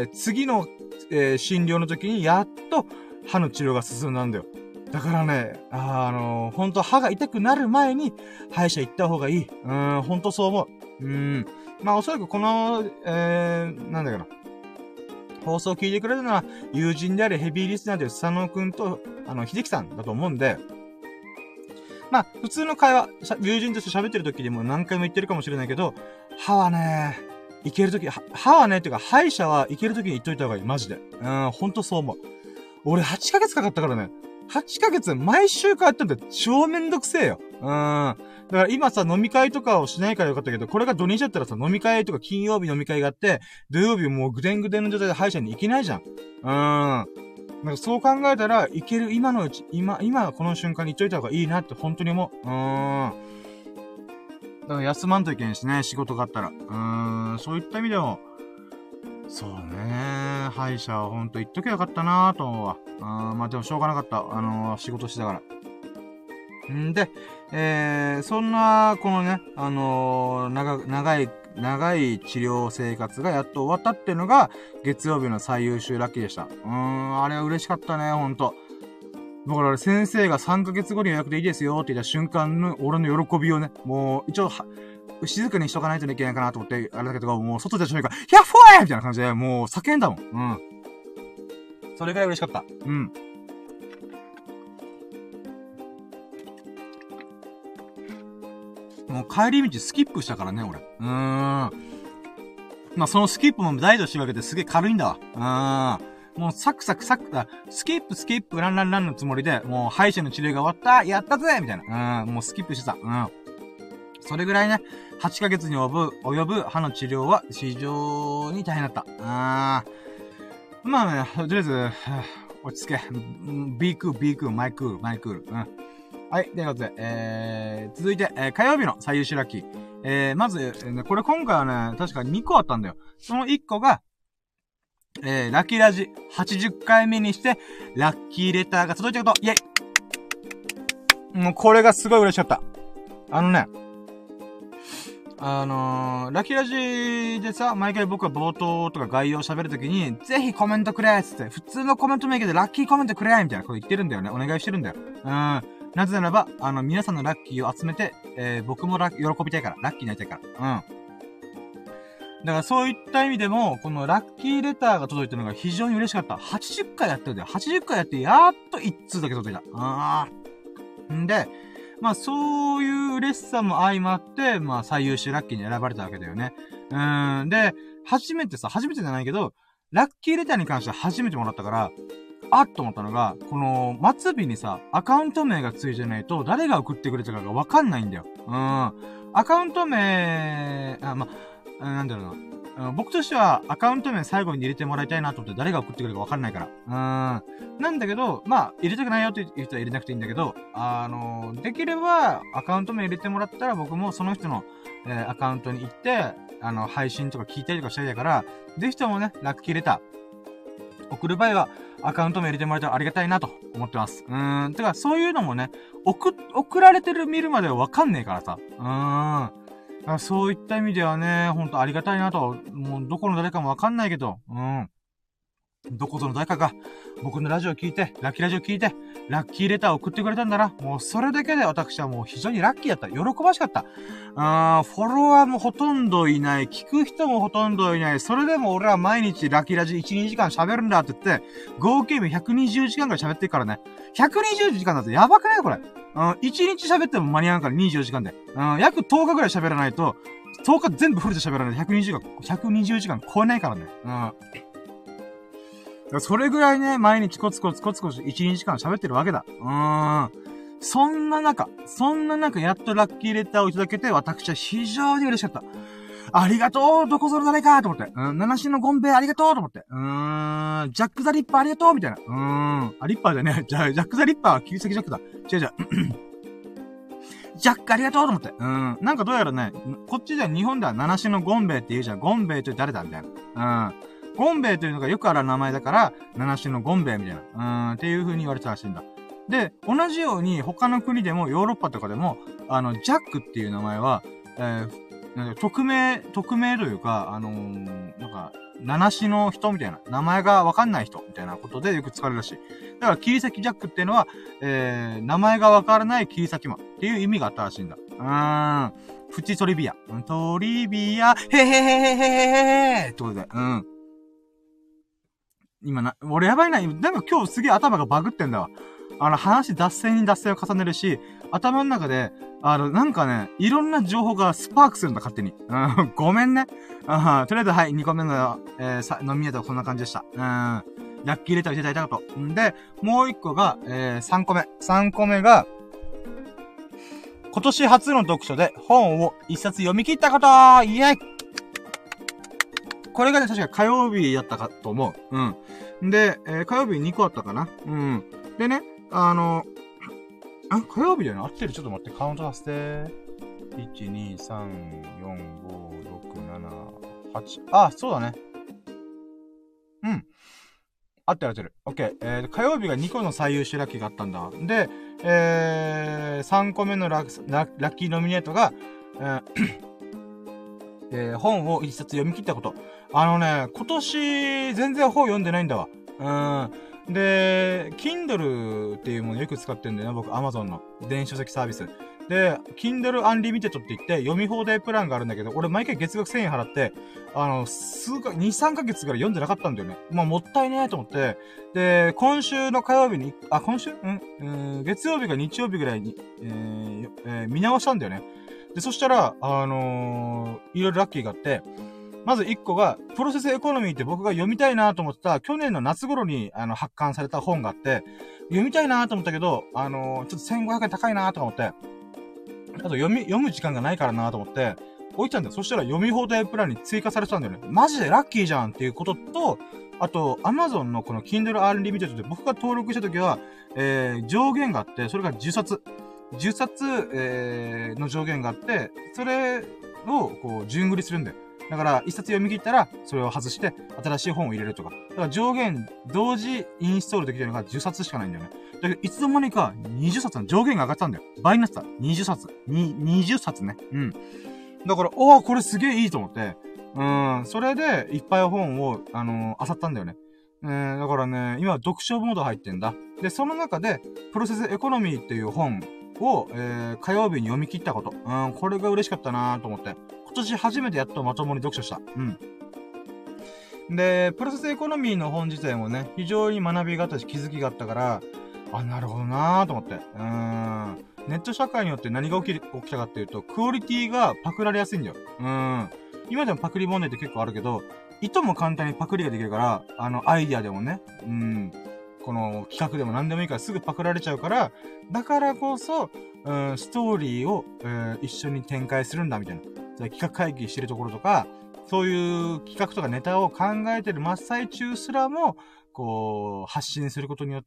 次の、診療の時にやっと歯の治療が進んだんだよ。だからね、ほんと歯が痛くなる前に歯医者行った方がいい。ほんとそう思う。まあおそらくこの、なんだかな。放送を聞いてくれるのは友人であるヘビーリスナーで佐野くんと、秀樹さんだと思うんで、まあ、普通の会話、友人として喋ってる時でも何回も言ってるかもしれないけど、歯はね、行ける時、歯はね、っていうか、歯医者は行ける時に行っといた方がいい、マジで。ほんとそう思う。俺8ヶ月かかったからね。8ヶ月毎週通ってんだよ。超めんどくせえよ。だから今さ、飲み会とかをしないからよかったけど、これが土日だったらさ、飲み会とか金曜日飲み会があって、土曜日もうぐでんぐでんの状態で歯医者に行けないじゃん。なんかそう考えたら、いける今のうち、今この瞬間に言っといた方がいいなって本当に思う。だから休まんといけんしね、仕事があったら。そういった意味でも、そうね、歯医者はほんと言っときゃよかったなぁと思うわ。まあでもしょうがなかった。仕事してたから。で、そんな、このね、長い治療生活がやっと終わったっていうのが、月曜日の最優秀ラッキーでした。あれは嬉しかったね、ほんと。だから先生が3ヶ月後に予約でいいですよって言った瞬間の俺の喜びをね、もう一応静かにしとかないといけないかなと思って、あれだけど、もう外でしょうから、やっほーみたいな感じで、もう叫んだもん。それぐらい嬉しかった。もう帰り道スキップしたからね、俺。まあ、そのスキップも大度してるわけですげえ軽いんだわ。もうサクスキップ、ランのつもりで、もう歯医者の治療が終わった、やったぜみたいな。もうスキップしてた。それぐらいね、8ヶ月に及ぶ歯の治療は非常に大変だった。まあね、とりあえず、落ち着け。be cool, my cool. はい、ということで、続いて、火曜日の最優秀ラッキー。まず、これ今回はね、確か2個あったんだよ。その1個が、ラッキーラジ80回目にして、ラッキーレターが届いたこと、イェイ！もうこれがすごい嬉しかった。ラッキーラジでさ、毎回僕は冒頭とか概要を喋るときに、ぜひコメントくれっつって、普通のコメントもいいけど、ラッキーコメントくれみたいなこと言ってるんだよね。お願いしてるんだよ。なぜならば、皆さんのラッキーを集めて、僕も喜びたいから、ラッキーになりたいから。だからそういった意味でも、このラッキーレターが届いたのが非常に嬉しかった。80回やってるんだよ。80回やって、やっと1通だけ届いた。んで、まあそういう嬉しさも相まって、まあ最優秀ラッキーに選ばれたわけだよね。で、初めてじゃないけど、ラッキーレターに関しては初めてもらったから、と思ったのが、この、末尾にさ、アカウント名がついてないと、誰が送ってくれたかがわかんないんだよ。アカウント名、なんだろう僕としてはアカウント名最後に入れてもらいたいなと思って誰が送ってくるかわかんないから。なんだけど、まあ、入れたくないよっていう人は入れなくていいんだけど、できればアカウント名入れてもらったら僕もその人の、アカウントに行って、配信とか聞いたりとかしたいだから、ぜひともね、ラッキーレター、送る場合は、アカウント名入れてもらえたらありがたいなと思ってます。てか、そういうのもね、送られてる見るまではわかんねえからさ。そういった意味ではね、ほんとありがたいなと。もう、どこの誰かもわかんないけど、どこぞの誰かが、僕のラジオ聞いて、ラッキーラジオ聞いて、ラッキーレターを送ってくれたんだな。もうそれだけで私はもう非常にラッキーだった。喜ばしかった。フォロワーもほとんどいない。聞く人もほとんどいない。それでも俺は毎日ラッキーラジオ1、2時間喋るんだって言って、合計120時間くらい喋ってるからね。120時間だとやばくないこれ。1日喋っても間に合うから24時間で。約10日くらい喋らないと、10日全部フルで喋らないと120時間超えないからね。それぐらいね、毎日コツコツ1、2時間喋ってるわけだ。そんな中、やっとラッキーレターをいただけて、私は非常に嬉しかった。ありがとうどこぞの誰かと思って。七種のゴンベイありがとうと思って。ジャックザリッパーありがとうみたいな。リッパーじゃねえ。ジャックザリッパーは切り裂きジャックだ。違う。ジャックありがとうと思って。なんかどうやらね、こっちでは日本では七種のゴンベイって言うじゃん。ゴンベイと誰だみたいな。ゴンベイというのがよくある名前だから、七種のゴンベイみたいな。っていう風に言われてたらしいんだ。で、同じように他の国でもヨーロッパとかでも、ジャックっていう名前は、匿名というか、なんか、七種の人みたいな、名前がわかんない人みたいなことでよく使われるらしい。だから、切り裂きジャックっていうのは、名前がわからない切り裂き魔っていう意味があったらしいんだ。プチトリビア。トリビア、へへへへへへってことで、今俺やばいな、なんか今日すげえ頭がバグってんだわ。話脱線に脱線を重ねるし、頭の中で、なんかね、いろんな情報がスパークするんだ、勝手に。ごめんね。とりあえず、はい、2個目の、ノミネートはこんな感じでした。ラッキーレターをいただいたこと。んで、もう1個が、3個目。3個目が、今年初の読書で本を1冊読み切ったことイエイこれがね、確か火曜日だったかと思う。で、火曜日2個あったかな。でね、火曜日だよね。合ってる。ちょっと待って、カウントさせて。1、2、3、4、5、6、7、8。そうだね。合ってる。オッケー。火曜日が2個の最優秀ラッキーがあったんだ。で、3個目のラッキーノミネートが、本を1冊読み切ったこと。今年、全然本読んでないんだわ。で、Kindle っていうものよく使ってんだよね、僕、Amazon の電子書籍サービス。で、Kindle Unlimited って言って読み放題プランがあるんだけど、俺毎回月額1000円払って、2、3ヶ月ぐらい読んでなかったんだよね。まあ、もったいねえと思って。で、今週の火曜日に、月曜日か日曜日ぐらいに、見直したんだよね。で、そしたら、いろいろラッキーがあって、まず1個が、プロセスエコノミーって僕が読みたいなと思ってた、去年の夏頃に、発刊された本があって、読みたいなと思ったけど、ちょっと1500円高いなと思って、あと読む時間がないからなと思って、置いたんだよ。そしたら読み放題プランに追加されてたんだよね。マジでラッキーじゃんっていうことと、あと、Amazon のこの Kindle Unlimited で僕が登録した時は、上限があって、それが10冊。10冊、の上限があって、それを、こう、順繰りするんだよ。だから、1冊読み切ったら、それを外して、新しい本を入れるとか。だから上限、同時インストールできるのが10冊しかないんだよね。だけど、いつの間にか20冊の上限が上がったんだよ。倍になってた。20冊。20冊ね。だから、これすげえいいと思って。それで、いっぱい本を、漁ったんだよね。だからね、今、読書モード入ってんだ。で、その中で、プロセスエコノミーっていう本を、火曜日に読み切ったこと。これが嬉しかったなと思って。今年初めてやっとまともに読書した。で、プロセスエコノミーの本自体もね、非常に学びがあったし気づきがあったから、なるほどなと思って。ネット社会によって何が起きたかっていうと、クオリティがパクられやすいんだよ。今でもパクリ問題って結構あるけど、いとも簡単にパクリができるから、アイディアでもね、この企画でも何でもいいからすぐパクられちゃうから、だからこそ、ストーリーを、一緒に展開するんだみたいな。企画会議してるところとか、 そういう企画とかネタを考えてる真っ最中すらも、こう、発信することによって、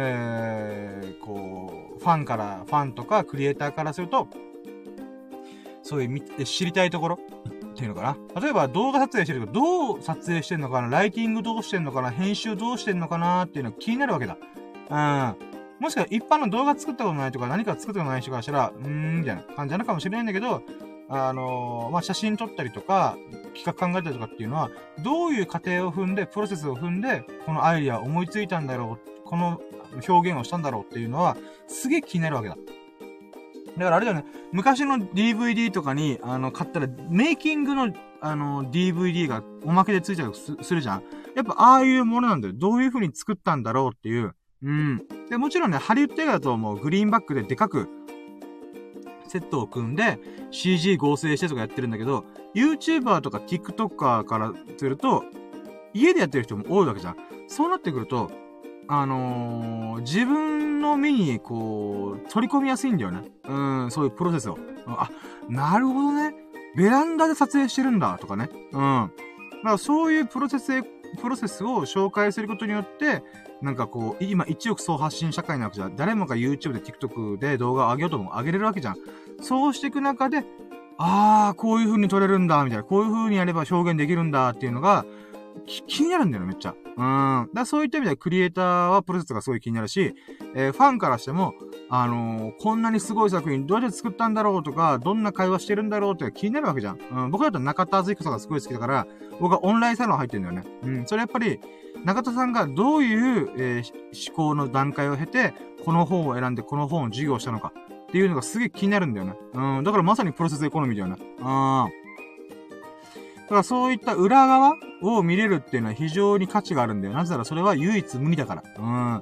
こう、ファンとかクリエイターからすると、そういう知りたいところっていうのかな。例えば動画撮影してるけど、どう撮影してんのかな、ライティングどうしてんのかな、編集どうしてんのかなっていうのが気になるわけだ。もしくは一般の動画作ったことないとか何か作ったことない人からしたら、みたいな感じなのかもしれないんだけど、写真撮ったりとか、企画考えたりとかっていうのは、どういう過程を踏んで、プロセスを踏んで、このアイディアを思いついたんだろう、この表現をしたんだろうっていうのは、すげえ気になるわけだ。だからあれだよね、昔の DVD とかに、買ったら、メイキングの、DVD がおまけでついたりするじゃん。やっぱ、ああいうものなんだよ。どういう風に作ったんだろうっていう。で、もちろんね、ハリウッド映画だともうグリーンバックででかく、セットを組んで CG 合成してとかやってるんだけど、YouTuber とか TikToker からすると、家でやってる人も多いわけじゃん。そうなってくると、自分の目にこう、取り込みやすいんだよね。そういうプロセスを。なるほどね。ベランダで撮影してるんだ、とかね。だからそういうプロセスを紹介することによって、なんかこう、今一億総発信社会なわけじゃん。誰もが YouTube で TikTok で動画を上げようとも上げれるわけじゃん。そうしていく中で、こういう風に撮れるんだ、みたいな。こういう風にやれば表現できるんだ、っていうのが、気になるんだよね、めっちゃ。だからそういった意味ではクリエイターはプロセスがすごい気になるし、ファンからしても、こんなにすごい作品どうやって作ったんだろうとか、どんな会話してるんだろうって気になるわけじゃん。僕だと中田敦彦さんがすごい好きだから、僕はオンラインサロン入ってるんだよね。それやっぱり、中田さんがどういう、思考の段階を経て、この本を選んでこの本を授業したのかっていうのがすげえ気になるんだよね。だからまさにプロセスエコノミーだよね。だからそういった裏側を見れるっていうのは非常に価値があるんだよ。なぜならそれは唯一無二だから。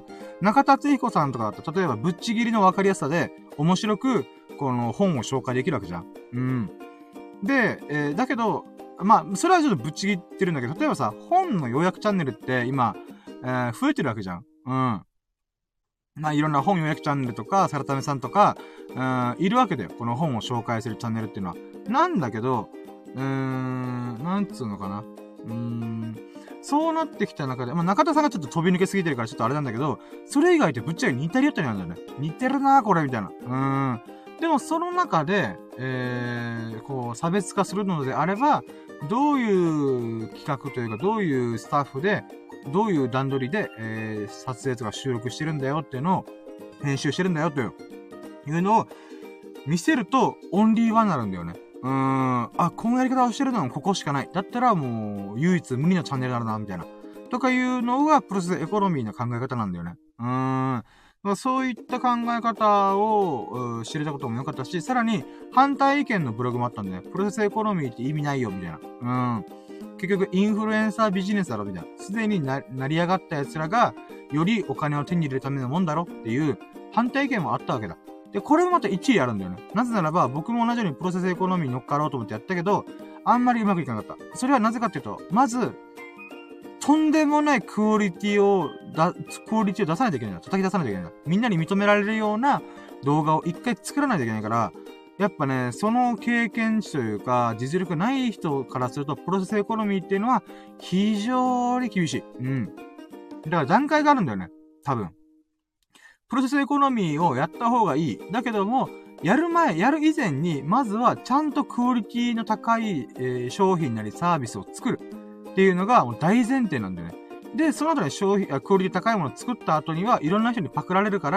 中田敦彦さんとかだと、例えばぶっちぎりの分かりやすさで、面白く、この本を紹介できるわけじゃん。で、だけど、それはちょっとぶっちぎってるんだけど、例えばさ、本の要約チャンネルって今、増えてるわけじゃん。いろんな本要約チャンネルとか、サラタメさんとか、いるわけだよ。この本を紹介するチャンネルっていうのは。なんだけど、なんつうのかな。そうなってきた中で、中田さんがちょっと飛び抜けすぎてるからちょっとあれなんだけど、それ以外ってぶっちゃけ似たり寄ったりなんだよね。似てるなーこれ、みたいな。でもその中で、こう、差別化するのであれば、どういう企画というか、どういうスタッフで、どういう段取りで、撮影とか収録してるんだよっていうのを、編集してるんだよというのを見せると、オンリーワンになるんだよね。このやり方をしてるのはここしかない。だったらもう、唯一無二のチャンネルだな、みたいな。とかいうのが、プロセスエコノミーの考え方なんだよね。そういった考え方を知れたことも良かったし、さらに、反対意見のブログもあったんでね、プロセスエコノミーって意味ないよ、みたいな。結局、インフルエンサービジネスだろ、みたいな。すでに成り上がった奴らが、よりお金を手に入れるためのもんだろっていう、反対意見もあったわけだ。で、これもまた一理あるんだよね。なぜならば、僕も同じようにプロセスエコノミーに乗っかろうと思ってやったけど、あんまりうまくいかなかった。それはなぜかっていうと、まず、とんでもないクオリティを出さないといけないんだ。叩き出さないといけないんだ。みんなに認められるような動画を一回作らないといけないから、やっぱね、その経験値というか、実力ない人からすると、プロセスエコノミーっていうのは、非常に厳しい。だから段階があるんだよね。多分。プロセスエコノミーをやった方がいい。だけども、やる以前に、まずはちゃんとクオリティの高い、商品なりサービスを作るっていうのがもう大前提なんだよね。で、その後にクオリティ高いものを作った後には、いろんな人にパクられるから、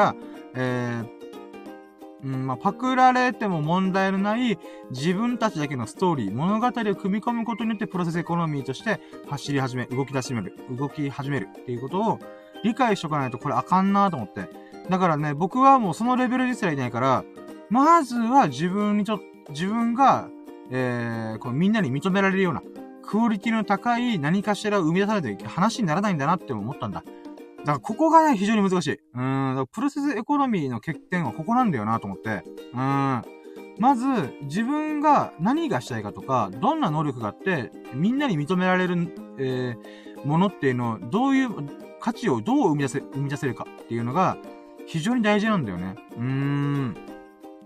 パクられても問題のない自分たちだけのストーリー、物語を組み込むことによってプロセスエコノミーとして動き始めるっていうことを理解しとかないとこれあかんなと思って。だからね、僕はもうそのレベルですらいないから、まずは自分が、こうみんなに認められるような、クオリティの高い何かしらを生み出さないと話にならないんだなって思ったんだ。だからここがね、非常に難しい。だからプロセスエコノミーの欠点はここなんだよなと思って。まず、自分が何がしたいかとか、どんな能力があって、みんなに認められる、ものっていうのを、どういう価値をどう生み出せるかっていうのが、非常に大事なんだよね。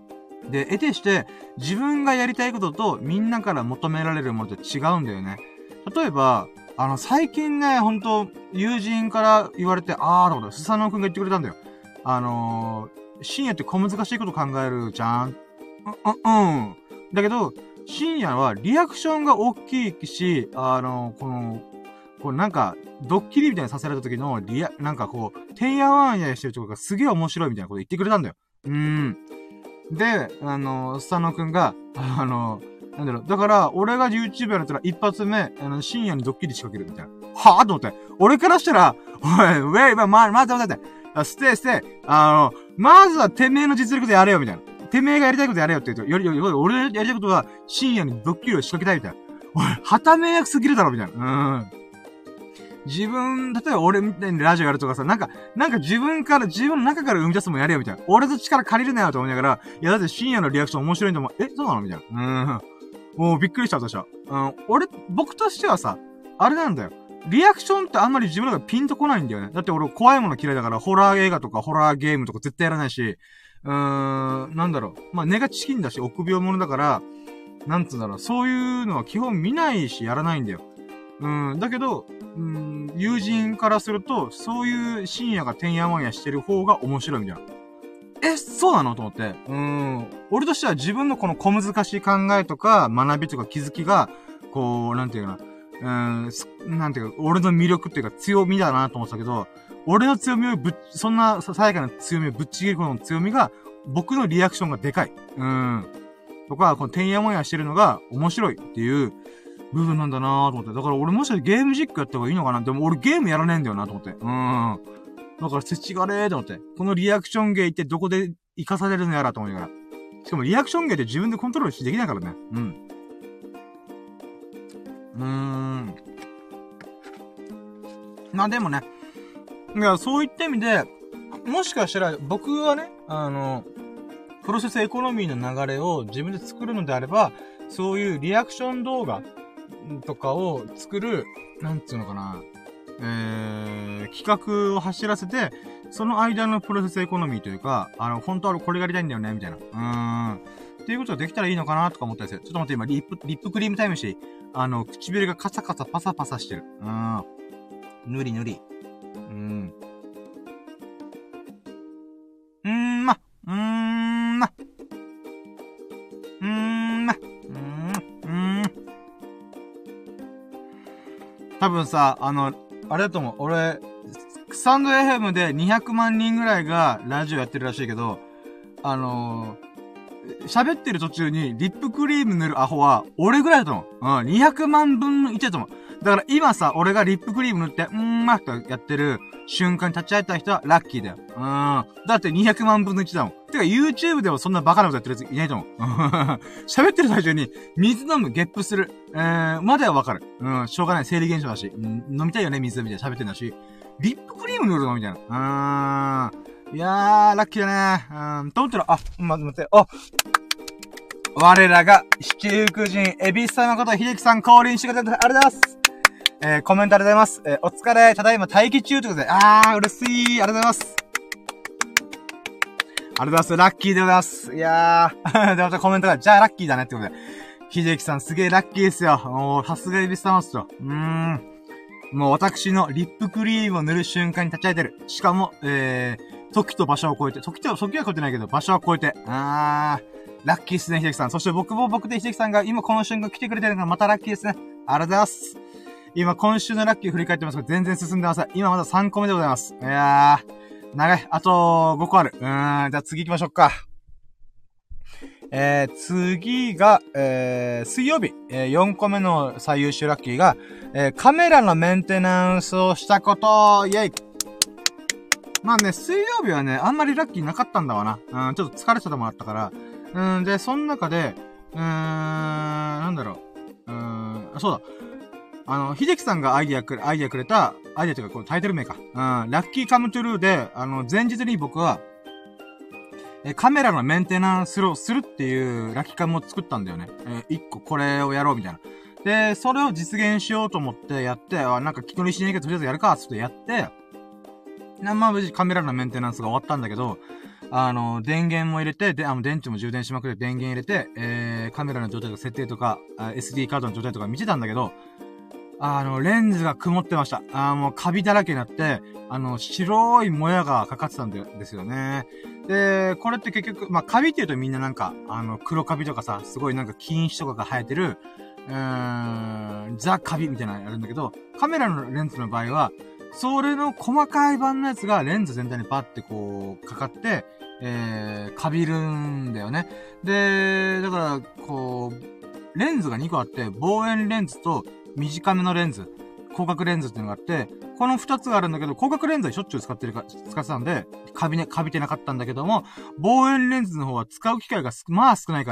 で、得てして、自分がやりたいこととみんなから求められるものって違うんだよね。例えば、最近ね、ほんと、友人から言われて、と思って、スサノオくんが言ってくれたんだよ。深夜って小難しいこと考えるじゃん。だけど、深夜はリアクションが大きいし、なんか、ドッキリみたいにさせられた時のなんかこう、てんやわんやしてるところがすげえ面白いみたいなこと言ってくれたんだよ。で、スサノくんが、なんだろう、だから、俺が YouTube やったら一発目、深夜にドッキリ仕掛けるみたいな。はぁと思って。俺からしたら、おい、ウェイ、待って。ステイ。まずはてめえの実力でやれよ、みたいな。てめえがやりたいことやれよって言うと、俺のやりたいことは、深夜にドッキリを仕掛けたいみたいな。おい、旗迷惑すぎるだろ、みたいな。例えば俺みたいにラジオやるとかさ、なんか自分の中から生み出すもんやれよ、みたいな。俺と力借りるなよ、と思いながら、いや、だって深夜のリアクション面白いんだもん。そうなのみたいな。もうびっくりした、私は。僕としてはさ、あれなんだよ。リアクションってあんまり自分らがピンとこないんだよね。だって俺怖いもの嫌いだから、ホラー映画とかホラーゲームとか絶対やらないし、なんだろう。根がチキンだし、臆病者だから、なんつうんだろう。そういうのは基本見ないし、やらないんだよ。だけど、友人からすると、そういう深夜がてんやわんやしてる方が面白いみたいな。そうなのと思って。俺としては自分のこの小難しい考えとか、学びとか気づきが、こう、なんていうかな、なんていうか、俺の魅力っていうか強みだなと思ってたけど、俺の強みをそんなささやかな強みをぶっちぎることの強みが、僕のリアクションがでかい。とか、このてんやわんやしてるのが面白いっていう部分なんだなと思って。だから俺もしかしてゲーム実況やった方がいいのかな。でも俺ゲームやらねえんだよなと思って。だから、せちがれーと思って。このリアクション芸ってどこで活かされるのやらと思いながら。しかもリアクション芸って自分でコントロールしできないからね。まあでもね。いや、そういった意味で、もしかしたら僕はね、プロセスエコノミーの流れを自分で作るのであれば、そういうリアクション動画とかを作る、なんつうのかな。企画を走らせて、その間のプロセスエコノミーというか、本当はこれがやりたいんだよね、みたいな。っていうことができたらいいのかなとか思ったんですよ。ちょっと待って、今、リップクリームタイムして、唇がカサカサパサパサしてる。ぬり。多分さ、あれだと思う。俺、スタンド FM で200万人ぐらいがラジオやってるらしいけど、喋ってる途中にリップクリーム塗るアホは、俺ぐらいだと思う。200万分の1だと思う。だから今さ、俺がリップクリーム塗って、ってやってる瞬間に立ち会えた人はラッキーだよ。だって200万分の1だもん。てか YouTube でもそんなバカなことやってるやついないと思う。喋ってる最中に水飲む、ゲップする。まではわかる。しょうがない。生理現象だし。飲みたいよね、水みたいな喋ってんだし。リップクリーム塗るのみたいな。いやー、ラッキーだね。と思ったら、待って。我らが、七福神、エビス様こと秀樹さん降臨してくれてありがとうございます。コメントありがとうございます。お疲れ、ただいま待機中ということで、嬉しい、ありがとうございます。ありがとうございます。ラッキーでございます。いやー、で、またコメントが、じゃあラッキーだねってことで。秀樹さんすげえラッキーですよ。もう、さすがエビス様っすよ。もう私のリップクリームを塗る瞬間に立ち会えてる。しかも、時と場所を超えて、時は超えてないけど、場所は超えて、ラッキーっすね、秀樹さん。そして僕で秀樹さんが今この瞬間来てくれてるのがまたラッキーですね。ありがとうございます。今今週のラッキー振り返ってますが、全然進んでません。今まだ3個目でございます。いやー、長い。あと5個ある。じゃあ次行きましょうか。次が、水曜日、4個目の最優秀ラッキーが、カメラのメンテナンスをしたこと、イェイ。まあね、水曜日はね、あんまりラッキーなかったんだわな。ちょっと疲れてたのもあったから。で、その中で、なんだろう。そうだ。秀樹さんがアイディアくれた、アイディアというか、こう、タイトル名か。ラッキーカムトゥルーで、前日に僕は、カメラのメンテナンスをするっていうラッキーカムを作ったんだよね。一個これをやろうみたいな。で、それを実現しようと思ってやって、なんか気乗りしないけどとりあえずやるか、つってやって、まあ無事カメラのメンテナンスが終わったんだけど、 電源も入れて、で、電池も充電しまくって電源入れて、カメラの状態とか設定とか、SD カードの状態とか見てたんだけど、レンズが曇ってました。もうカビだらけになって、白いもやがかかってたんですよね。で、これって結局、まあ、カビって言うとみんななんか、黒カビとかさ、すごいなんか菌糸とかが生えてる、ザ・カビみたいなのやるんだけど、カメラのレンズの場合は、それの細かい版のやつがレンズ全体にバッてこう、かかって、カビるんだよね。で、だから、こう、レンズが2個あって、望遠レンズと短めのレンズ、広角レンズっていうのがあって、この2つがあるんだけど、広角レンズはしょっちゅう使ってたんで、カビてなかったんだけども、望遠レンズの方は使う機会がまあ少ないから、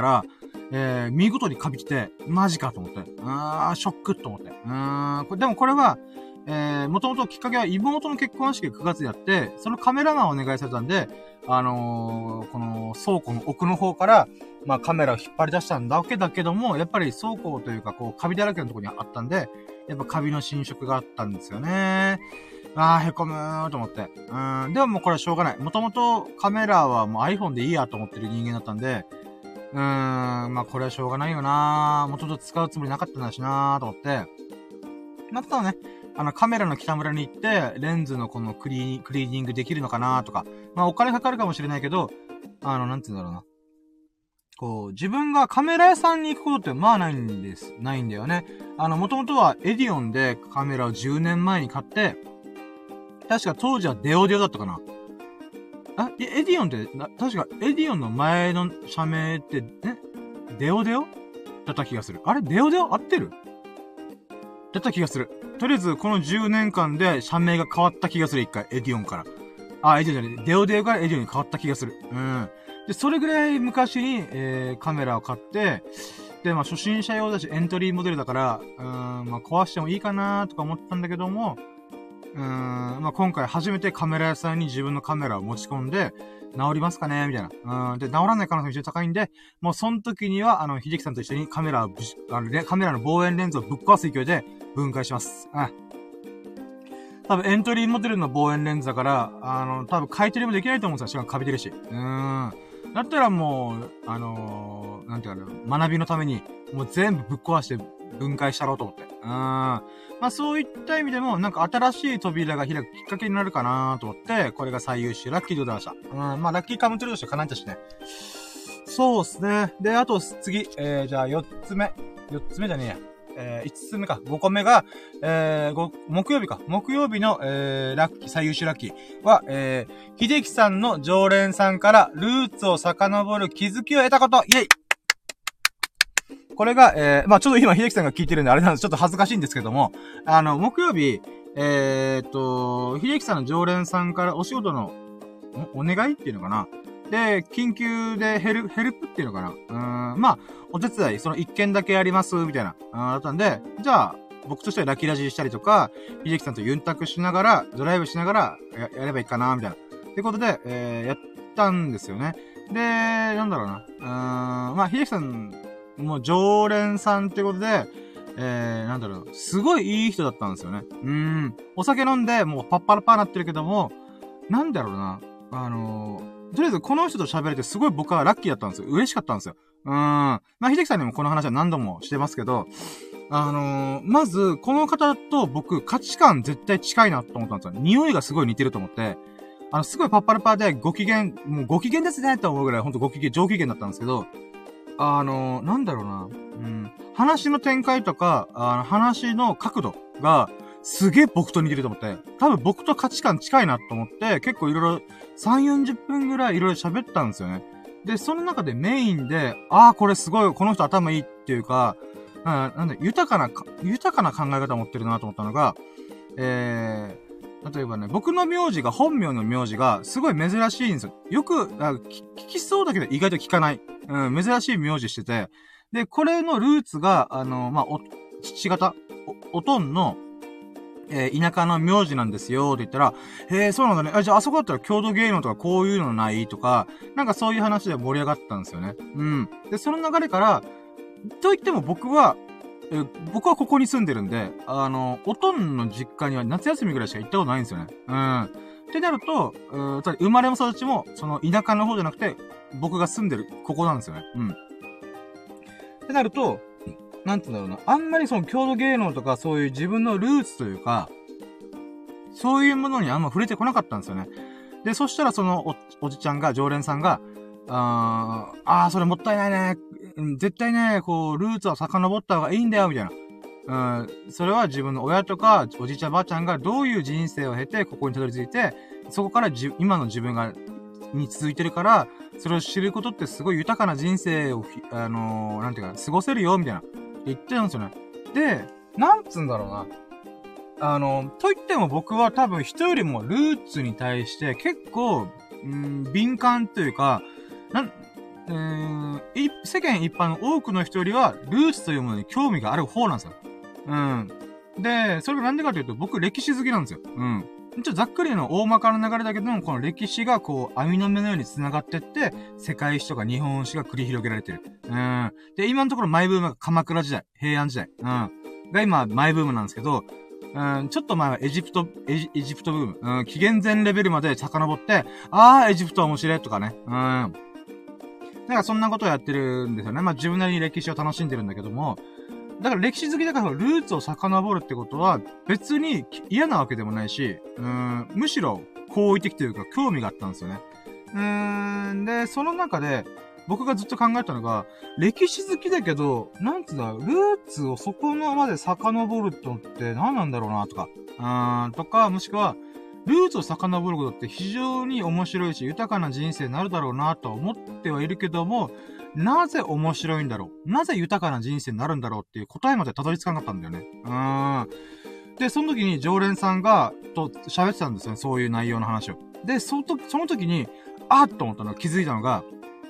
見事にカビてて、マジかと思って。ショックと思って。でもこれは、もともときっかけは妹の結婚式が9月でやって、そのカメラマンをお願いされたんで、この倉庫の奥の方から、まあカメラを引っ張り出したんだけども、やっぱり倉庫というか、こう、カビだらけのところにあったんで、やっぱカビの侵食があったんですよね。へこむーと思って。でももうこれはしょうがない。もともとカメラはもう iPhone でいいやと思ってる人間だったんで、まあこれはしょうがないよなー。もともと使うつもりなかったんだしなーと思って。またね、カメラの北村に行って、レンズのこのクリーニングできるのかなとか、まあお金かかるかもしれないけど、なんて言うんだろうな。こう、自分がカメラ屋さんに行くことってまあないんだよね。もともとはエディオンでカメラを10年前に買って、確か当時はデオだったかな。エディオンって、確かエディオンの前の社名って、デオだった気がする。あれデオ合ってるだった気がする。とりあえず、この10年間で社名が変わった気がする、一回。エディオンから。エディオンじゃない。デオからエディオンに変わった気がする。で、それぐらい昔に、カメラを買って、で、まあ、初心者用だし、エントリーモデルだから、まあ、壊してもいいかなとか思ったんだけども、まあ、今回初めてカメラ屋さんに自分のカメラを持ち込んで、治りますかねみたいな。で、治らない可能性が非常に高いんで、もうその時には、秀樹さんと一緒にカメラの望遠レンズをぶっ壊す勢いで分解します。多分エントリーモデルの望遠レンズだから、多分買い取りもできないと思うんですよ。しかもカビてるし。だったらもう、なんていうかな、学びのために、もう全部ぶっ壊して分解したろうと思って。まあそういった意味でも、なんか新しい扉が開くきっかけになるかなと思って、これが最優秀ラッキーでございました。まあラッキーカムトゥルーとして叶えたしね。そうですね。で、あと次、じゃあ4つ目じゃねえや。5つ目か。5個目が、木曜日か。木曜日の、ラッキー、最優秀ラッキーは、秀樹さんの常連さんからルーツを遡る気づきを得たこと。イェイこれが、まあちょっと今秀樹さんが聞いてるんであれなんです。ちょっと恥ずかしいんですけども、木曜日、秀樹さんの常連さんからお仕事の、お願いっていうのかな。で、緊急でヘルプっていうのかな。まあ、お手伝い、その一件だけやります、みたいな。だったんで、じゃあ、僕としてはラキラジしたりとか、秀樹さんとユンタクしながら、ドライブしながらやればいいかな、みたいな。ってことで、やったんですよね。で、なんだろうな。まあ、秀樹さん、もう常連さんってことで、なんだろう、すごいいい人だったんですよね。お酒飲んで、もうパッパラパーなってるけども、なんだろうな。とりあえずこの人と喋れてすごい僕はラッキーだったんですよ。嬉しかったんですよ。まあ、秀樹さんにもこの話は何度もしてますけど、まず、この方と僕、価値観絶対近いなと思ったんですよ。匂いがすごい似てると思って、すごいパッパラパーでご機嫌ですねって思うぐらい、ほんと上機嫌だったんですけど、なんだろうな。話の展開とか、話の角度が、すげえ僕と似てると思って、多分僕と価値観近いなと思って、結構いろいろ3、40分ぐらいいろいろ喋ったんですよね。で、その中でメインで、これすごい、この人頭いいっていうか、なんだ、豊かな考え方を持ってるなと思ったのが、例えばね、僕の名字が、本名の名字が、すごい珍しいんですよ。よく、聞きそうだけど意外と聞かない。珍しい名字してて。で、これのルーツが、まあ、父方、おとんの、田舎の名字なんですよ、って言ったら、そうなんだね。じゃああそこだったら郷土芸能とかこういうのないとか、なんかそういう話で盛り上がったんですよね。で、その流れから、と言っても僕はここに住んでるんで、おとんの実家には夏休みぐらいしか行ったことないんですよね。 ってなると、つまり生まれも育ちも、その田舎の方じゃなくて、僕が住んでる、ここなんですよね。うん。ってなると、なんて言うんだろうな。あんまりその郷土芸能とか、そういう自分のルーツというか、そういうものにあんま触れてこなかったんですよね。で、そしたらそのおじちゃんが、常連さんが、それもったいないね。絶対ね、こう、ルーツを遡った方がいいんだよ、みたいな。それは自分の親とか、おじいちゃんばあちゃんがどういう人生を経て、ここにたどり着いて、そこから今の自分に続いてるから、それを知ることってすごい豊かな人生を、なんていうか、過ごせるよ、みたいな。言ってるんですよね。で、なんつうんだろうな。と言っても僕は多分人よりもルーツに対して結構、敏感というか、世間一般の多くの人よりは、ルーツというものに興味がある方なんですよ。で、それがなんでかというと、僕歴史好きなんですよ。ちょっとざっくりの大まかな流れだけども、この歴史がこう、網の目のように繋がってって、世界史とか日本史が繰り広げられてる。で、今のところマイブームが鎌倉時代、平安時代、が今、マイブームなんですけど、ちょっと前はエジプトブーム、紀元前レベルまで遡って、エジプトは面白いとかね、なんかそんなことをやってるんですよね。まあ自分なりに歴史を楽しんでるんだけども、だから歴史好きだからルーツを遡るってことは別に嫌なわけでもないし、むしろ好意的というか興味があったんですよね。で、その中で僕がずっと考えたのが、歴史好きだけど、なんつうんだ、ルーツをそこのまで遡るのって何なんだろうなとか、とか、もしくは、ルーツを遡ることって非常に面白いし、豊かな人生になるだろうなと思ってはいるけども、なぜ面白いんだろう、なぜ豊かな人生になるんだろうっていう答えまでたどり着かなかったんだよね。で、その時に常連さんと喋ってたんですよね、そういう内容の話を。で、その時に、と思ったのが気づいたのが、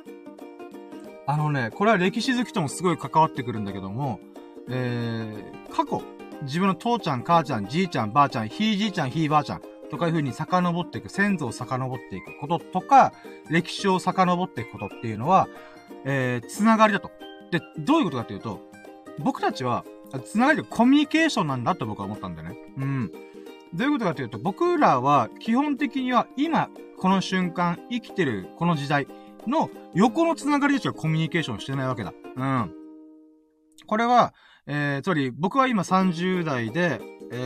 これは歴史好きともすごい関わってくるんだけども、過去、自分の父ちゃん、母ちゃん、じいちゃん、ばあちゃん、ひいじいちゃん、ひいばあちゃん、とかいう風に遡っていく、先祖を遡っていくこととか、歴史を遡っていくことっていうのは、つながりだと。で、どういうことかっていうと、僕たちは、つながりでコミュニケーションなんだと僕は思ったんだよね。どういうことかというと、僕らは基本的には今、この瞬間、生きてるこの時代の横のつながりでしかコミュニケーションしてないわけだ。これは、つまり僕は今30代で、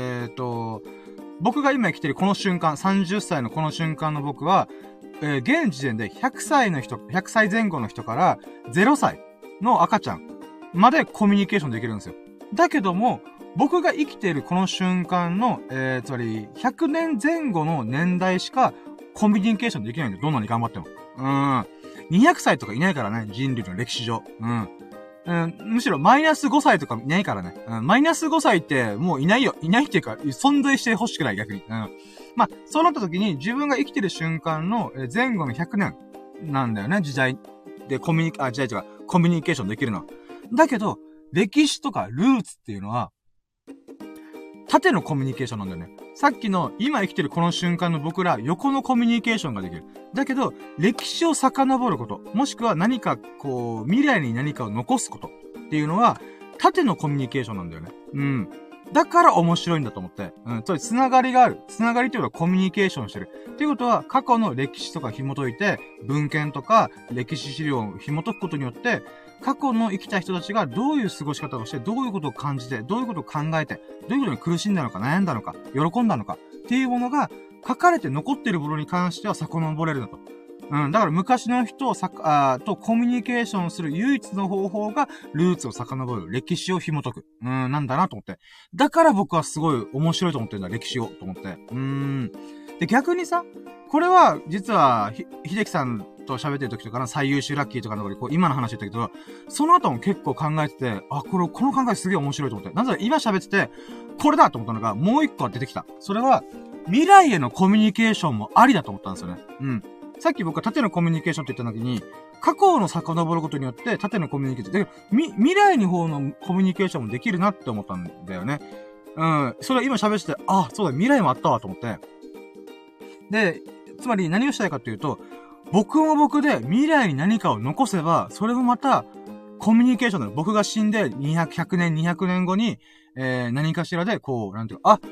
僕が今生きてるこの瞬間、30歳のこの瞬間の僕は、現時点で100歳前後の人から0歳の赤ちゃんまでコミュニケーションできるんですよ。だけども、僕が生きているこの瞬間の、つまり100年前後の年代しかコミュニケーションできないんだよ。どんなに頑張っても。200歳とかいないからね、人類の歴史上。むしろマイナス5歳とかいないからね。マイナス5歳ってもういないよ。いないっていうか、存在してほしくない、逆に。まあ、そうなった時に自分が生きてる瞬間の前後の100年なんだよね、時代でコミュニケーションできるのは。だけど、歴史とかルーツっていうのは、縦のコミュニケーションなんだよね。さっきの今生きてるこの瞬間の僕ら、横のコミュニケーションができる。だけど、歴史を遡ること、もしくは何かこう、未来に何かを残すことっていうのは、縦のコミュニケーションなんだよね。だから面白いんだと思って。つまり、つながりがある。つながりというのはコミュニケーションしてる。っていうことは、過去の歴史とか紐解いて、文献とか歴史資料を紐解くことによって、過去の生きた人たちがどういう過ごし方をして、どういうことを感じて、どういうことを考えて、どういうことに苦しんだのか、悩んだのか、喜んだのか、っていうものが、書かれて残っているものに関しては遡れるんだと。だから昔の人とコミュニケーションする唯一の方法が、ルーツを遡る、歴史を紐解く。なんだなと思って。だから僕はすごい面白いと思ってるんだ、歴史を、と思って。で、逆にさ、これは、実は、秀樹さんと喋ってる時とか最優秀ラッキーとかのところで、こう、今の話言ったけど、その後も結構考えてて、この考えすげえ面白いと思って。なぜ今喋ってて、これだと思ったのが、もう一個出てきた。それは、未来へのコミュニケーションもありだと思ったんですよね。さっき僕は縦のコミュニケーションって言った時に、過去の遡ることによって縦のコミュニケーション。で、未来の方のコミュニケーションもできるなって思ったんだよね。それは今喋ってて、そうだ、未来もあったわと思って。で、つまり何をしたいかっていうと、僕も僕で未来に何かを残せば、それもまた、コミュニケーションだよ。僕が死んで100年、200年後に、何かしらで、こう、なんていうか、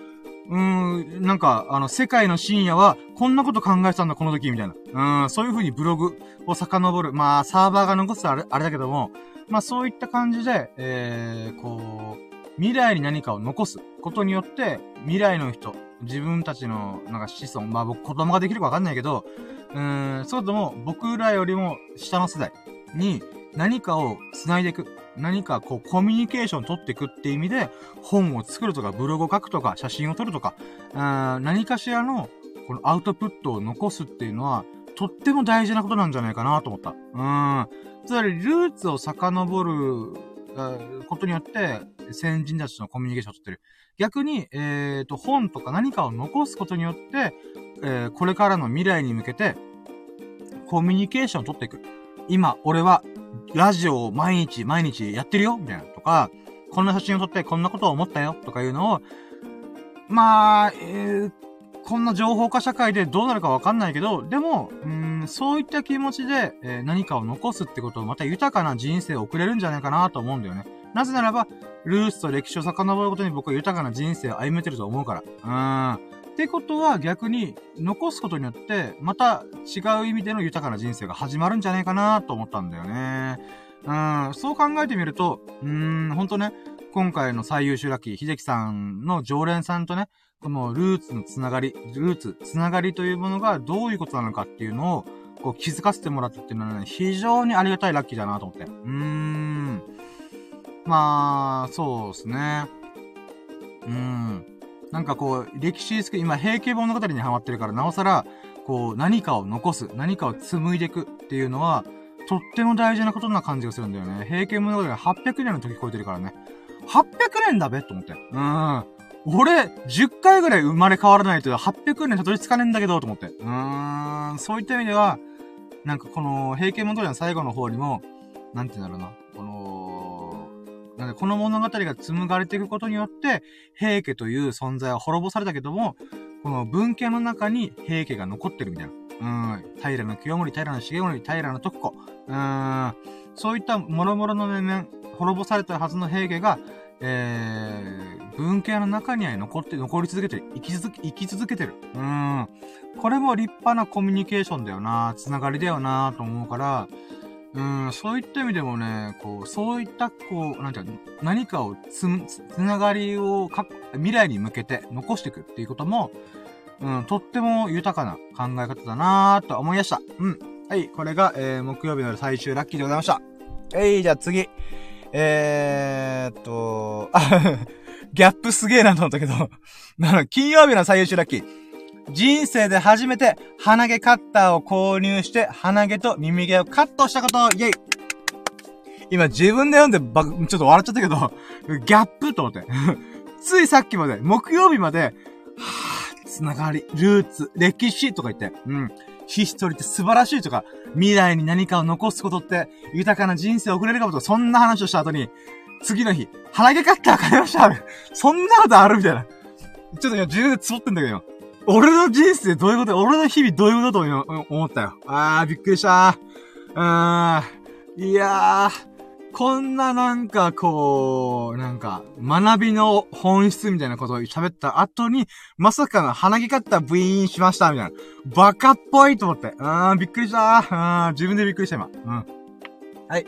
なんか、世界の深夜は、こんなこと考えてたんだ、この時、みたいな。そういう風にブログを遡る。まあ、サーバーが残すあれだけども、まあ、そういった感じで、未来に何かを残すことによって、未来の人、自分たちの、なんか子孫、まあ僕、子供ができるかわかんないけど、そうとも、僕らよりも下の世代に何かを繋いでいく。何かコミュニケーションを取っていくっていう意味で、本を作るとか、ブログを書くとか、写真を撮るとか、何かしらの、このアウトプットを残すっていうのは、とっても大事なことなんじゃないかなと思った。つまり、ルーツを遡る、ことによって、先人たちのコミュニケーションを取ってる。逆に、本とか何かを残すことによって、これからの未来に向けて、コミュニケーションを取っていく。今、俺は、ラジオを毎日やってるよみたいな。とか、こんな写真を撮ってこんなことを思ったよとかいうのを、まあ、こんな情報化社会でどうなるかわかんないけど、でも、そういった気持ちで、何かを残すってことをまた豊かな人生を送れるんじゃないかなと思うんだよね。なぜならば、ルーツと歴史を遡ることに僕は豊かな人生を歩めてると思うから。ってことは逆に残すことによって、また違う意味での豊かな人生が始まるんじゃないかなと思ったんだよね。そう考えてみると、ほんとね、今回の最優秀ラッキー、秀樹さんの常連さんとね、このルーツのつながりというものがどういうことなのかっていうのを、こう気づかせてもらったっていうのはね、非常にありがたいラッキーだなと思って。まあ、そうですね。なんかこう、歴史好き、今、平家物語にハマってるから、なおさら、こう、何かを残す、何かを紡いでいくっていうのは、とっても大事なことな感じがするんだよね。平家物語が800年の時超えてるからね。800年だべと思って。俺、10回ぐらい生まれ変わらないと800年たどり着かねえんだけど、と思って。そういった意味では、なんかこの、平家物語の最後の方にも、なんて言うんだろうな。この物語が紡がれていくことによって、平家という存在は滅ぼされたけども、この文家の中に平家が残ってるみたいな。平清盛、平重盛、平徳子。そういった諸々の面々、滅ぼされたはずの平家が、文系の中には残り続けてる。生き続けてる。これも立派なコミュニケーションだよな、つながりだよな、と思うから、そういった意味でもね、こう、そういった、こう、なんていうの、何かをつながりを未来に向けて残していくっていうことも、とっても豊かな考え方だなーと思いました。はい、これが、木曜日の最終ラッキーでございました。じゃあ次。ギャップすげえなと思ったけど、金曜日の最優秀ラッキー。人生で初めて鼻毛カッターを購入して鼻毛と耳毛をカットしたこと、イェイ。今自分で読んでちょっと笑っちゃったけど、ギャップと思って。ついさっきまで、木曜日まで、つながり、ルーツ、歴史とか言って、ヒストリーって素晴らしいとか、未来に何かを残すことって豊かな人生を送れるかもとか、そんな話をした後に、次の日、鼻毛カッター買いました。そんなことあるみたいな。ちょっと今自分でつぼってんだけど、俺の人生どういうこと俺の日々どういうことと思ったよ。びっくりした。いやこんななんかこう、なんか、学びの本質みたいなことを喋った後に、まさかの鼻毛カッターブイーンしましたみたいな。バカっぽいと思って。びっくりした。自分でびっくりした今。はい。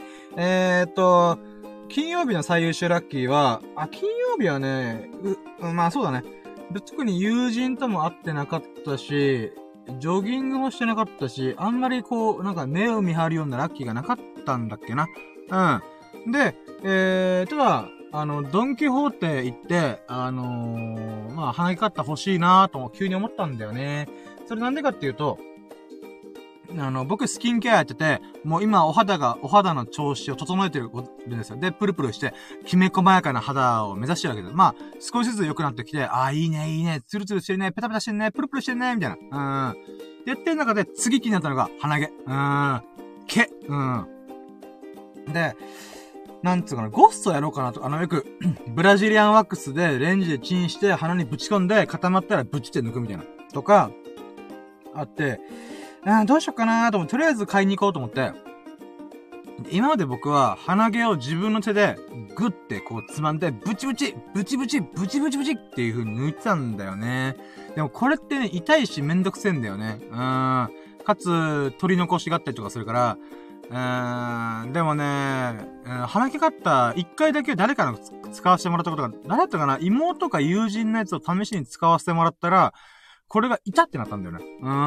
金曜日の最優秀ラッキーは、金曜日はね、まあそうだね。特に友人とも会ってなかったし、ジョギングもしてなかったし、あんまりこう、なんか目を見張るようなラッキーがなかったんだっけな。で、ただ、ドンキホーテ行って、まあ、鼻毛カッター欲しいなーと急に思ったんだよね。それなんでかっていうと、僕スキンケアやってて、もう今お肌の調子を整えてるんですよ。で、プルプルして、きめ細やかな肌を目指してるわけです。まあ、少しずつ良くなってきて、いいね、ツルツルしてるね、ペタペタしてるね、プルプルしてるね、みたいな。やってる中で次気になったのが、鼻毛。毛。で、なんつうかな、ゴッソやろうかなと、よく、ブラジリアンワックスでレンジでチンして鼻にぶち込んで固まったらぶちって抜くみたいな。とか、あって、どうしよっかなーと思って、とりあえず買いに行こうと思って、 今まで僕は鼻毛を自分の手でグッてこうつまんでブチブチっていう風に抜いてたんだよね。でもこれってね、痛いしめんどくせえんだよね。かつ、取り残しがあったりとかするから、でもね、鼻毛カッター一回だけ誰かの使わせてもらったことが、誰だったかな、妹か友人のやつを試しに使わせてもらったら、これが痛ってなったんだよね。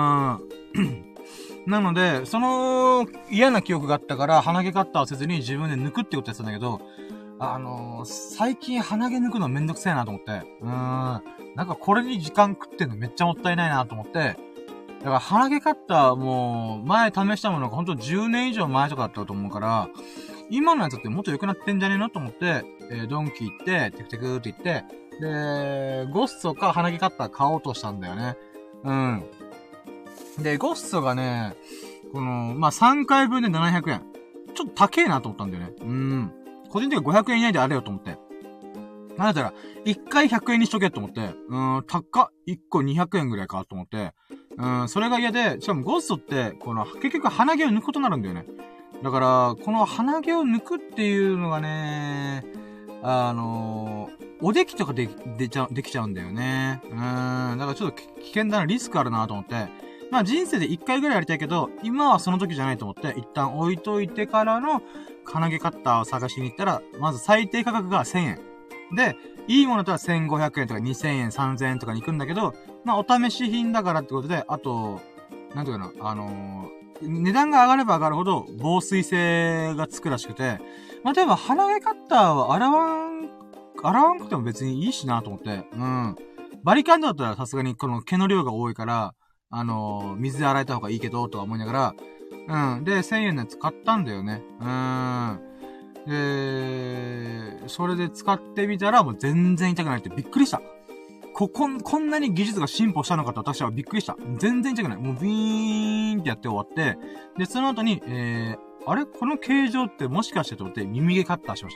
なので、その嫌な記憶があったから鼻毛カッターをせずに自分で抜くってことやってたんだけど、最近鼻毛抜くのめんどくせえなと思って、なんかこれに時間食ってんのめっちゃもったいないなと思って、だから鼻毛カッターも前試したものがほんと10年以上前とかだったと思うから、今のやつってもっと良くなってんじゃねえのと思って、ドンキ行って、テクテクって言って、で、ゴッソか鼻毛カッター買おうとしたんだよね。で、ゴッソがね、3回分で700円。ちょっと高えなと思ったんだよね。個人的に500円以内であれよと思って。なんだったら、1回100円にしとけと思って、高っ。1個200円ぐらいかと思って、それが嫌で、しかもゴッソって、結局鼻毛を抜くことになるんだよね。だから、この鼻毛を抜くっていうのがね、おできとかできちゃうんだよね。だからちょっと危険だな、リスクあるなと思って、まあ人生で1回ぐらいやりたいけど、今はその時じゃないと思って、一旦置いといてからの鼻毛カッターを探しに行ったら、まず最低価格が1000円。で、いいものだったら1500円とか2000円、3000円とかに行くんだけど、まあお試し品だからってことで、あと、なんていうかな、値段が上がれば上がるほど防水性がつくらしくて、まあ例えば鼻毛カッターは洗わんくても別にいいしなと思って、バリカンだったらさすがにこの毛の量が多いから、水で洗えた方がいいけど、とか思いながら、で、1000円のやつ買ったんだよね。で、それで使ってみたらもう全然痛くないってびっくりした。こんなに技術が進歩したのかと私はびっくりした。全然痛くない。もうビーンってやって終わって、で、その後に、あれこの形状ってもしかしてと思って耳毛カッターしました。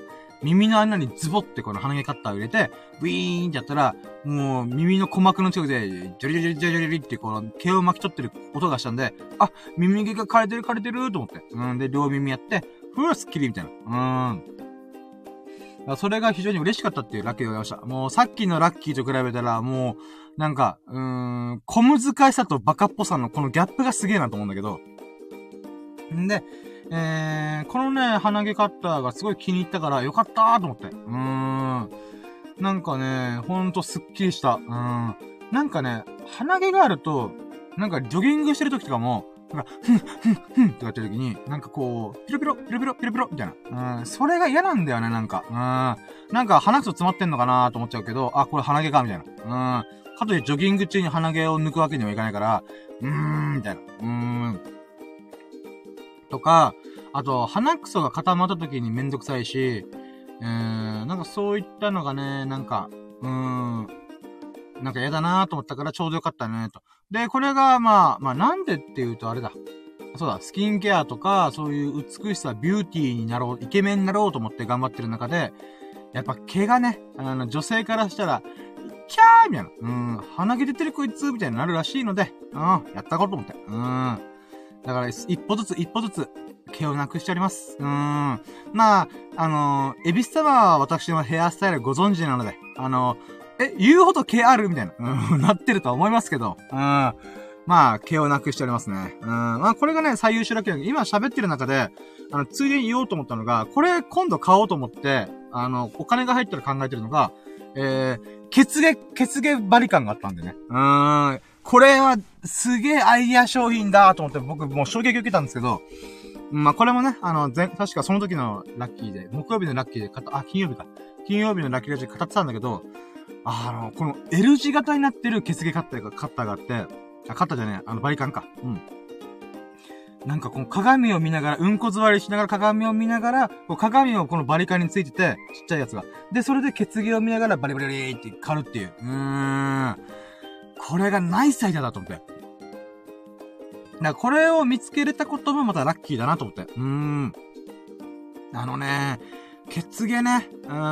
耳の穴にズボってこの鼻毛カッターを入れて、ブイーンってやったら、もう耳の鼓膜の近くで、ジャリジャリジャリジャリってこの毛を巻き取ってる音がしたんで、あ、耳毛が枯れてると思って。で、両耳やって、スッキリみたいな。それが非常に嬉しかったっていうラッキーでございました。もうさっきのラッキーと比べたら、もう、なんか、小難しさとバカっぽさのこのギャップがすげえなと思うんだけど。んで、このね、鼻毛カッターがすごい気に入ったからよかったーと思って。なんかね、ほんとすっきりした。なんかね、鼻毛があると、なんかジョギングしてる時とかも、なんか、ふんってやってる時に、なんかこう、ピロピロみたいな。それが嫌なんだよね、なんか。なんか鼻くそ詰まってんのかなーと思っちゃうけど、あ、これ鼻毛か、みたいな。かといってジョギング中に鼻毛を抜くわけにはいかないから、みたいな。とか、あと、鼻くそが固まった時にめんどくさいし、なんかそういったのがね、なんか嫌だなーと思ったからちょうどよかったね、と。で、これが、まあ、なんでって言うとあれだ。そうだ、スキンケアとか、そういう美しさ、ビューティーになろう、イケメンになろうと思って頑張ってる中で、やっぱ毛がね、女性からしたら、キャーみたいな。鼻毛出てるこいつみたいになるらしいので、やったこと思って。だから、一歩ずつ、毛をなくしております。まあ、エビス様は私のヘアスタイルご存知なので、言うほど毛あるみたいな、なってるとは思いますけど、まあ、毛をなくしておりますね。まあ、これがね、最優秀ラッキーだけど、今喋ってる中で、ついでに言おうと思ったのが、これ今度買おうと思って、お金が入ったら考えてるのが、血毛バリカンがあったんでね。これは、すげえアイディア商品だと思って僕もう衝撃受けたんですけど、まあ、これもね、確かその時のラッキーで、木曜日のラッキーで金曜日か。金曜日のラッキーで語ってたんだけど、この L 字型になってる血毛カッターがあって、カッターじゃねえ、バリカンか。なんかこの鏡を見ながら、うんこ座りしながら鏡を見ながら、鏡をこのバリカンについてて、ちっちゃいやつが。で、それで血毛を見ながらバリバリバリって刈るっていう。これがナイスアイデアだと思って。これを見つけれたこともまたラッキーだなと思って。血毛ね。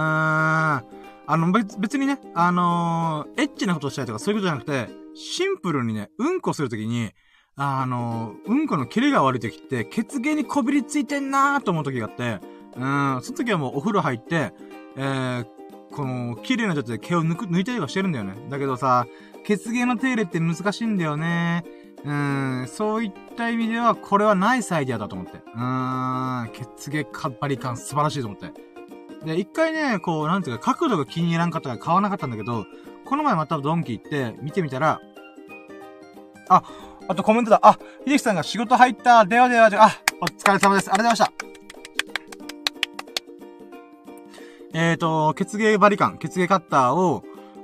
別にね、エッチなことしたりとかそういうことじゃなくて、シンプルにね、うんこするときに、 うんこのキレが悪い時って、血芸にこびりついてんなーと思う時があって、その時はもうお風呂入って、この、綺麗な状態で毛を抜いたりはしてるんだよね。だけどさ、血芸の手入れって難しいんだよね。そういった意味では、これはナイスアイディアだと思って。血芸バリカン素晴らしいと思って。で、一回ね、こう、なんていうか、角度が気に入らんかったから買わなかったんだけど、この前またドンキ行って、見てみたら、あとコメントだ。秀樹さんが仕事入った。では、お疲れ様です。ありがとうございました。血芸バリカン、血芸カッターを、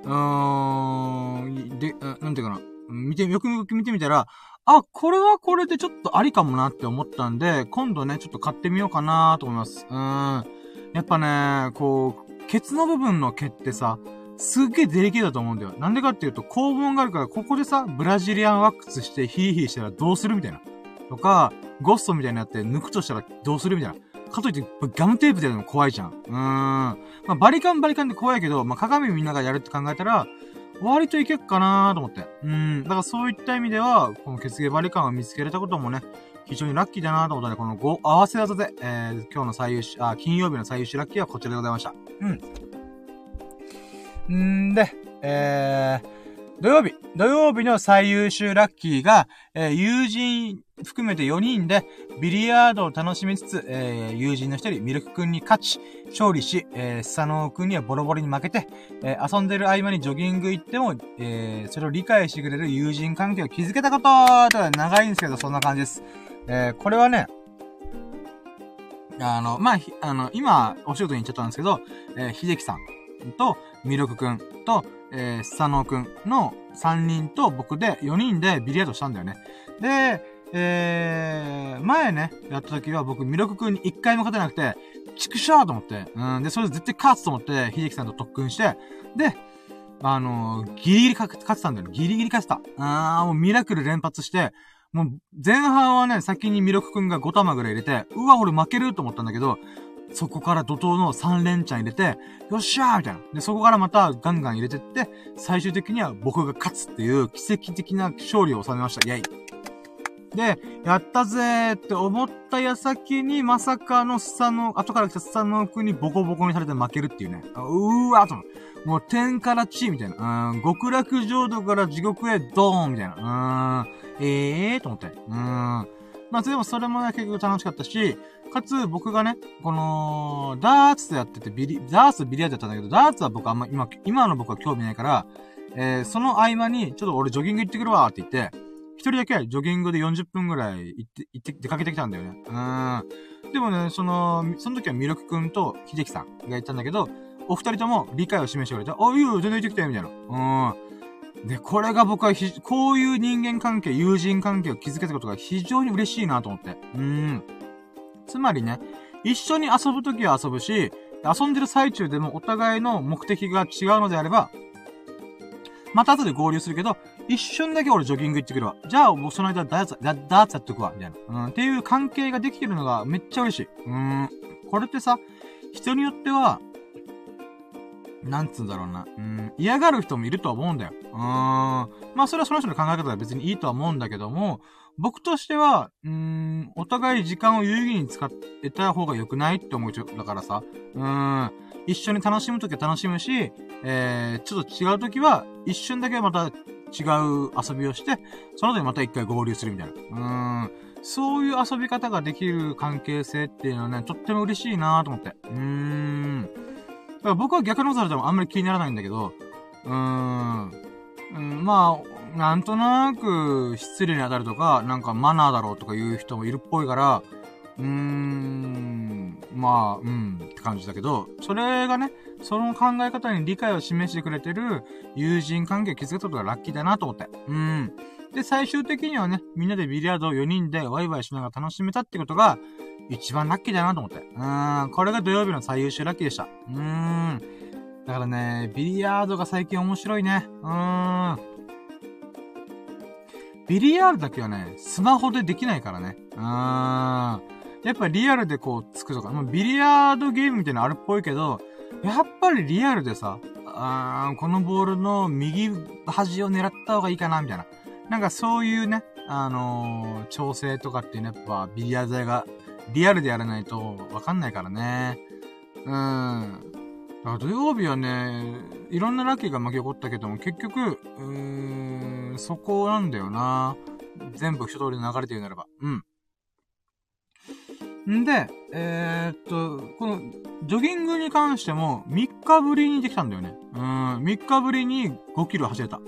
なんていうかな。よく見てみたら、これはこれでちょっとありかもなって思ったんで、今度ね、ちょっと買ってみようかなと思います。やっぱね、こう、ケツの部分の毛ってさ、すっげえデリケートだと思うんだよ。なんでかっていうと、肛門があるから、ここでさ、ブラジリアンワックスしてヒーヒーしたらどうするみたいな。とか、ゴッソみたいなやって抜くとしたらどうするみたいな。かといって、ガムテープでやるのも怖いじゃん。まあ、バリカンで怖いけど、まあ、鏡みんながやるって考えたら、割といけっかなーと思って。だからそういった意味では、この血芸バリカンを見つけれたこともね、非常にラッキーだなと思ったね。この5合わせ技で、今日の最優秀、金曜日の最優秀ラッキーはこちらでございました。で、土曜日の最優秀ラッキーが、友人含めて4人でビリヤードを楽しみつつ、友人の一人ミルクくんに勝利し、スサノオくんにはボロボロに負けて、遊んでる合間にジョギング行っても、それを理解してくれる友人関係を築けたことと長いんですけど、そんな感じです。これはね、今、お仕事に行っちゃったんですけど、秀樹さんと、ミルクくんと、スサノオくんの3人と僕で4人でビリヤードしたんだよね。で、前ね、やった時は僕ミルクくんに1回も勝てなくて、チクシャーと思って、で、それ絶対勝つと思って、秀樹さんと特訓して、で、ギリギリ勝ってたんだよね。ギリギリ勝ってた。もうミラクル連発して、もう前半はね、先にミルクくんが5玉ぐらい入れて、うわ、俺負けると思ったんだけど、そこから怒涛の3連チャン入れて、よっしゃーみたいな。で、そこからまたガンガン入れてって、最終的には僕が勝つっていう奇跡的な勝利を収めました。イェイ。で、やったぜーって思った矢先に、まさかの後から来たスサノオくんにボコボコにされて負けるっていうね。わーと思う。もう天から地みたいな。極楽浄土から地獄へドーンみたいな。と思って。まあ、でもそれもね、結局楽しかったし、かつ、僕がね、この、ダーツやってて、ダーツビリヤードやったんだけど、ダーツは僕あんま、今の僕は興味ないから、その合間に、ちょっと俺ジョギング行ってくるわーって言って、一人だけジョギングで40分ぐらい出かけてきたんだよね。でもね、その時はミルクくんと秀樹さんがいたんだけど、お二人とも理解を示してくれて、いいよ、全然行ってきて、みたいな。で、これが僕はこういう人間関係、友人関係を築けたことが非常に嬉しいなと思って。つまりね、一緒に遊ぶときは遊ぶし、遊んでる最中でもお互いの目的が違うのであれば、また後で合流するけど、一瞬だけ俺ジョギング行ってくるわ。じゃあ、もうその間ダーツやっとくわ。みたいな。っていう関係ができてるのがめっちゃ嬉しい。これってさ、人によっては、なんつうんだろうな。嫌がる人もいるとは思うんだよ。まあ、それはその人の考え方は別にいいとは思うんだけども、僕としては、お互い時間を有意義に使えた方が良くないって思う人だからさ。一緒に楽しむときは楽しむし、ちょっと違うときは、一瞬だけまた違う遊びをして、その後にまた一回合流するみたいな。そういう遊び方ができる関係性っていうのはね、とっても嬉しいなと思って。だから僕は逆のされてもあんまり気にならないんだけど、まあ、なんとなく失礼に当たるとか、なんかマナーだろうとかいう人もいるっぽいから、まあ、って感じだけど、それがね、その考え方に理解を示してくれてる友人関係を築けたことがラッキーだなと思って。で、最終的にはね、みんなでビリヤードを4人でワイワイしながら楽しめたってことが、一番ラッキーだなと思って。これが土曜日の最優秀ラッキーでした。だからね、ビリヤードが最近面白いね。ビリヤードだけはね、スマホでできないからね。やっぱリアルでこうつくとか、ビリヤードゲームみたいなのあるっぽいけど、やっぱりリアルでさ、このボールの右端を狙った方がいいかな、みたいな。なんかそういうね、 調整とかっていうのはやっぱビリヤード台がリアルでやらないとわかんないからね。だから土曜日はね、いろんなラッキーが巻き起こったけども、結局、そこなんだよな。全部一通り流れてるならば。んで、この、ジョギングに関しても、3日ぶりにできたんだよね。3日ぶりに5キロ走れた。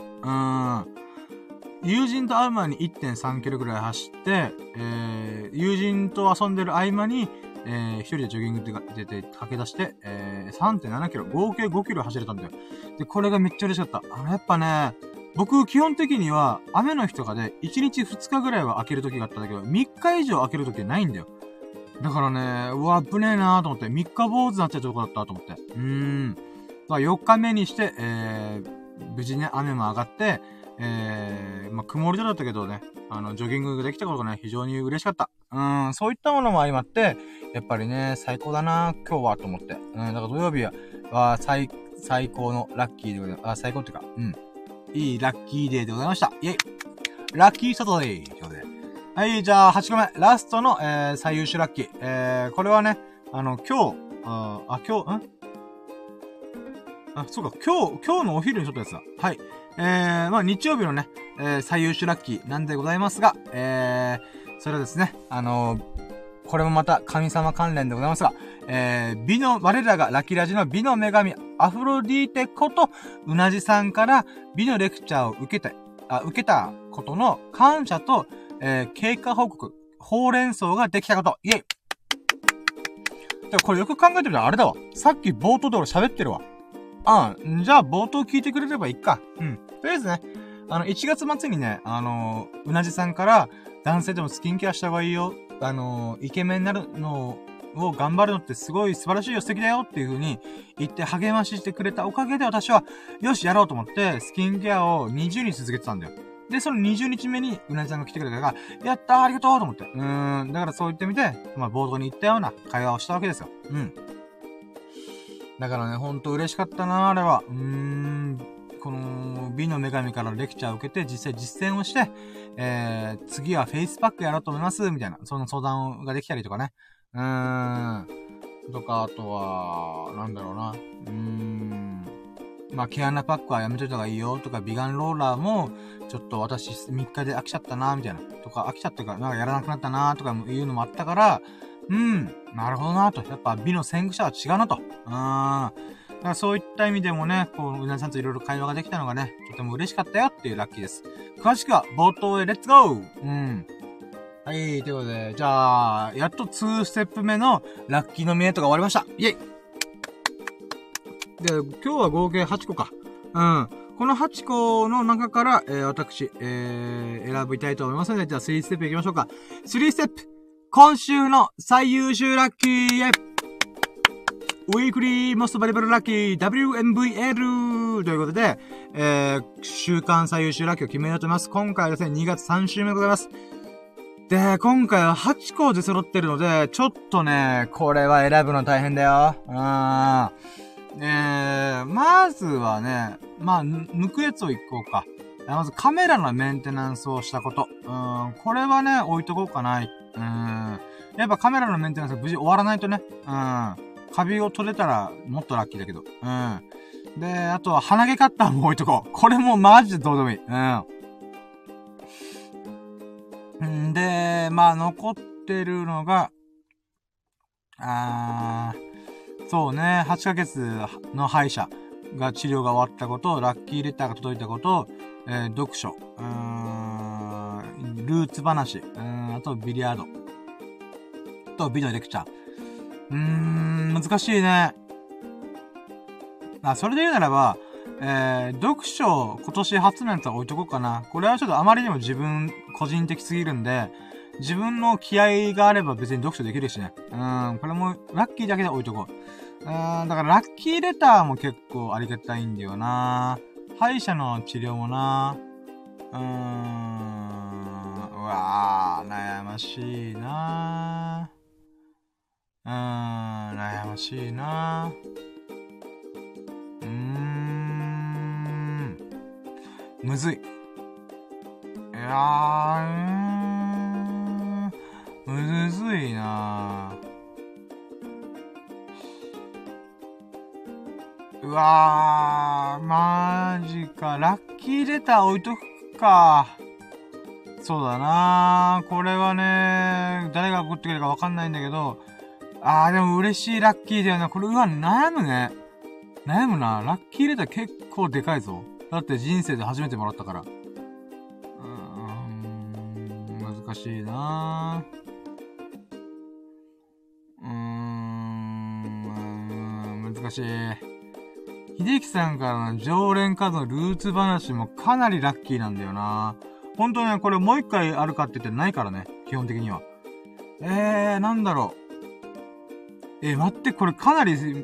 友人と会う前に 1.3 キロぐらい走って、友人と遊んでる合間に、一人でジョギング出て駆け出して、3.7 キロ、合計5キロ走れたんだよ。で、これがめっちゃ嬉しかった。やっぱね、僕、基本的には、雨の日とかで、1日2日ぐらいは開ける時があったんだけど、3日以上開ける時はないんだよ。だからね、うわ、危ねえなーと思って、3日坊主になっちゃうとこだったと思って。だから4日目にして、無事ね、雨も上がって、曇りだったけどね、ジョギングができたことがね、非常に嬉しかった。そういったものも相まって、やっぱりね、最高だな、今日は、と思って。だから土曜日は、最高のラッキーでございます。最高っていうか、いいラッキーデーでございました。イェイラッキーサタデーということで。はい、じゃあ、8個目。ラストの、最優秀ラッキー。これはね、今日、そうか、今日のお昼に撮ったやつだ。はい。日曜日のね、最優秀ラッキーなんでございますが、それはですね、これもまた神様関連でございますが、我らがラッキーラジの美の女神、アフロディーテこと、うなじさんから美のレクチャーを受けたことの感謝と、経過報告、ほうれん草ができたこと、イェイ。これよく考えてみたらあれだわ。さっき冒頭で俺喋ってるわ。じゃあ冒頭聞いてくれればいいか。とりあえずね、1月末にね、うなじさんから、男性でもスキンケアした方がいいよ。イケメンになるのを頑張るのってすごい素晴らしいよ、素敵だよっていう風に言って励まししてくれたおかげで私は、よし、やろうと思って、スキンケアを20日続けてたんだよ。で、その20日目にうなじさんが来てくれたから、やったー、ありがとうと思って。だからそう言ってみて、冒頭に言ったような会話をしたわけですよ。だからね、ほんと嬉しかったな、あれは。この、美の女神からレクチャーを受けて、実際実践をして、次はフェイスパックやろうと思います、みたいな、その相談ができたりとかね。とか、あとは、なんだろうな。毛穴パックはやめといた方がいいよとか、美顔ローラーも、ちょっと私3日で飽きちゃったな、みたいな。とか、飽きちゃったから、なんかやらなくなったな、とかいうのもあったから、なるほどな、と。やっぱ美の先駆者は違うな、と。だからそういった意味でもね、うなぎさんといろいろ会話ができたのがね、とても嬉しかったよっていうラッキーです。詳しくは冒頭へレッツゴーはい、ということで、じゃあ、やっと2ステップ目のラッキーノミネートが終わりました。イェイで、今日は合計8個か。この8個の中から、私、選びたいと思いますので、じゃあ3ステップ行きましょうか。3ステップ今週の最優秀ラッキーウィークリーモストバリバルラッキー WMVL ということで、週間最優秀ラッキーを決めようと思います。今回はですね、2月3週目でございます。で、今回は8個で揃ってるので、ちょっとね、これは選ぶの大変だよ。まずはね、抜くやつをいこうか。まずカメラのメンテナンスをしたこと。これはね、置いとこうかな。やっぱカメラのメンテナンスが無事終わらないとね。カビを取れたらもっとラッキーだけど。で、あとは鼻毛カッターも置いとこう。これもマジでどうでもいい。で、残ってるのが、そうね、8ヶ月の歯医者が治療が終わったこと、ラッキーレターが届いたこと、読書、ルーツ話、あとビリヤード、とビデオレクチャー。難しいね。それで言うならば、読書、今年初のやつは置いとこうかな。これはちょっとあまりにも自分、個人的すぎるんで、自分の気合があれば別に読書できるしね。これもラッキーだけで置いとこう。だからラッキーレターも結構ありがたいんだよな。歯医者の治療もな。うわー、悩ましいな。悩ましいな。むずい。 むずいなうわー、マジか。ラッキーレター置いとくか。そうだなこれはね、誰が送ってくれるかわかんないんだけど、でも嬉しいラッキーだよな。これ、悩むね。悩むな。ラッキーレター結構でかいぞ。だって人生で初めてもらったから。難しいな難しい。秀樹さんからの常連カードのルーツ話もかなりラッキーなんだよな。本当ね、これもう一回あるかって言ってないからね。基本的には。なんだろう。待って、これかなり、決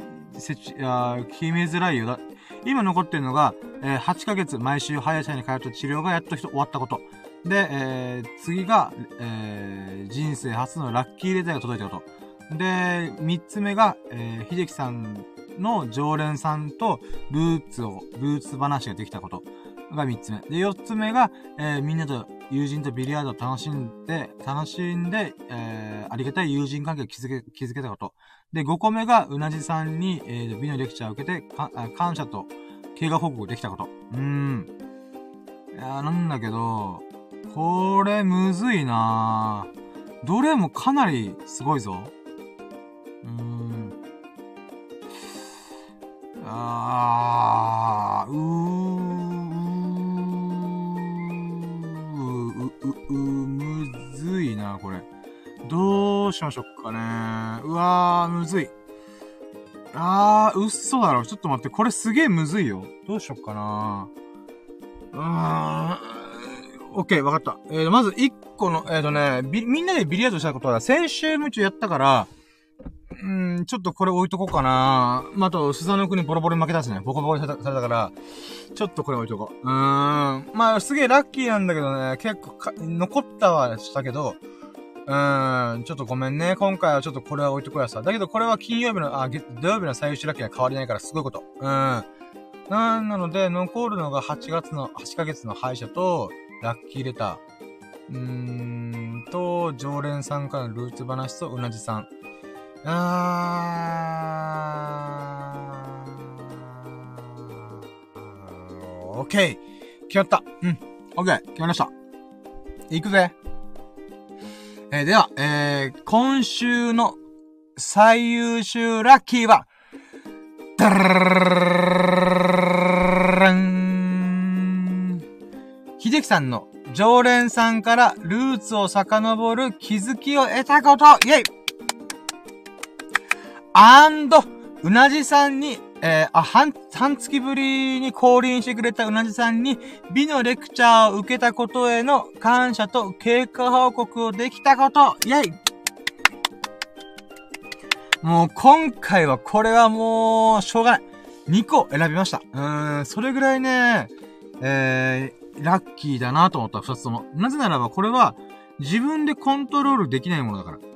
めづらいよ。今残ってるのが、8ヶ月毎週歯医者に通った治療がやっと終わったこと。で、次が、人生初のラッキーレターが届いたこと。で、3つ目が、秀樹さんの常連さんとルーツ話ができたことが3つ目。で、4つ目が、みんなと友人とビリヤードを楽しんで、ありがたい友人関係を築けたこと。で、5個目が、うなじさんに、美のレクチャーを受けて、感謝と経過報告できたこと。なんだけど、これむずいなぁ。どれもかなりすごいぞ。むずいな、これ。どうしましょうかね。むずい。嘘だろ。ちょっと待って、これすげえむずいよ。どうしよっかな。オッケー、わかった。まず1個の、みんなでビリヤードしたことは先週もやったから、ちょっとこれ置いとこうかな。あと、スザノクにボロボロに負けたしね。ボコボコにされたから、ちょっとこれ置いとこう。すげえラッキーなんだけどね、結構残ったはしたけど、ちょっとごめんね。今回はちょっとこれは置いとこうやさ。だけどこれは土曜日の最終ラッキーは変わりないからすごいこと。なので、残るのが8ヶ月の歯医者と、ラッキーレター。常連さんからのルーツ話とうなじさん。オッケー。決まった。オッケー。決まりました。いくぜ。では、今週の最優秀ラッキーは、ダラン。秀樹さんの常連さんからルーツを遡る気づきを得たこと、イェイうなじさんに、半月ぶりに降臨してくれたうなじさんに、美のレクチャーを受けたことへの感謝と経過報告をできたこと、イェイもう今回はこれはもう、しょうがない。2個選びました。それぐらいね、ラッキーだなと思った、2つとも。なぜならばこれは、自分でコントロールできないものだから。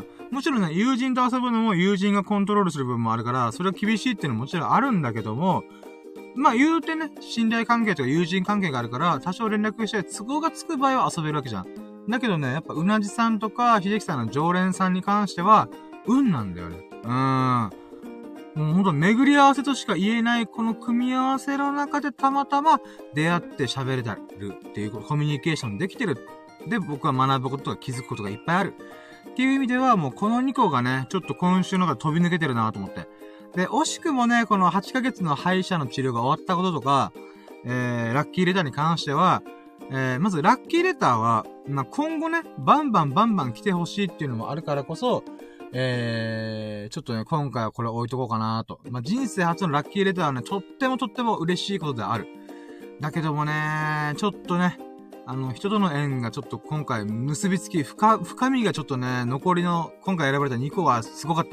もちろんね、友人と遊ぶのも友人がコントロールする部分もあるから、それは厳しいっていうのももちろんあるんだけども、言うてね、信頼関係とか友人関係があるから、多少連絡して都合がつく場合は遊べるわけじゃん。だけどね、やっぱうなじさんとか秀樹さんの常連さんに関しては、運なんだよね。もうほんと巡り合わせとしか言えないこの組み合わせの中でたまたま出会って喋れたるっていうコミュニケーションできてる。で、僕は学ぶこととか気づくことがいっぱいある。っていう意味ではもうこの2個がね、ちょっと今週のが飛び抜けてるなと思って。で、惜しくもね、この8ヶ月の歯医者の治療が終わったこととか、ラッキーレターに関しては、まずラッキーレターは、今後ね、バンバン来てほしいっていうのもあるからこそ、ちょっとね、今回はこれ置いとこうかなと。人生初のラッキーレターはね、とっても嬉しいことである。だけどもね、ちょっとね、人との縁がちょっと今回結びつき、深みがちょっとね、残りの、今回選ばれた2個はすごかった。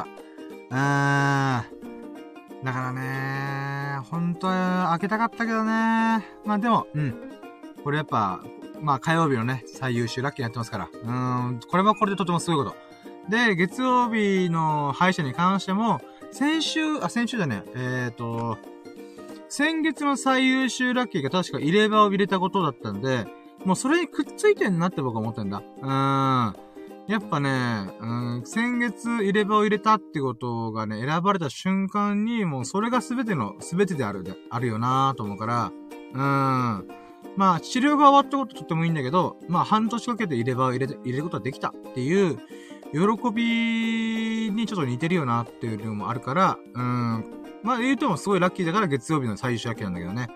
だからね、本当は開けたかったけどね。でも、これやっぱ、火曜日のね、最優秀ラッキーになってますから。これはこれでとてもすごいこと。で、月曜日の歯医者に関しても、先週だね。先月の最優秀ラッキーが確か入れ歯を入れたことだったんで、 もうそれにくっついてんなって僕は思ってんだ。やっぱね、先月入れ歯を入れたってことがね、選ばれた瞬間に、もうそれが全てであるよなぁと思うから、まあ、治療が終わったこととってもいいんだけど、まあ、半年かけて入れ歯を入れることができたっていう、喜びにちょっと似てるよなっていうのもあるから、まあ、言うてもすごいラッキーだから月曜日の最終明けなんだけどね。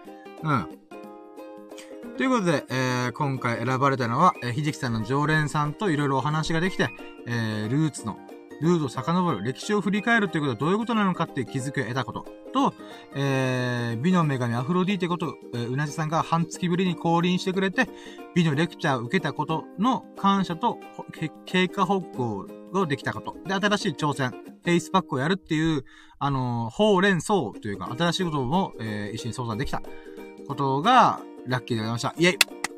ということで、今回選ばれたのは、ひじきさんの常連さんといろいろお話ができて、ルーツを遡る、歴史を振り返るということはどういうことなのかっていう気づきを得たことと、美の女神アフロディーテこと、うなじさんが半月ぶりに降臨してくれて、美のレクチャーを受けたことの感謝と、経過報告をできたこと。で、新しい挑戦、フェイスパックをやるっていう、ほうれん草というか、新しいことも、一緒に相談できたことが、ラッキーでございました。イェイ。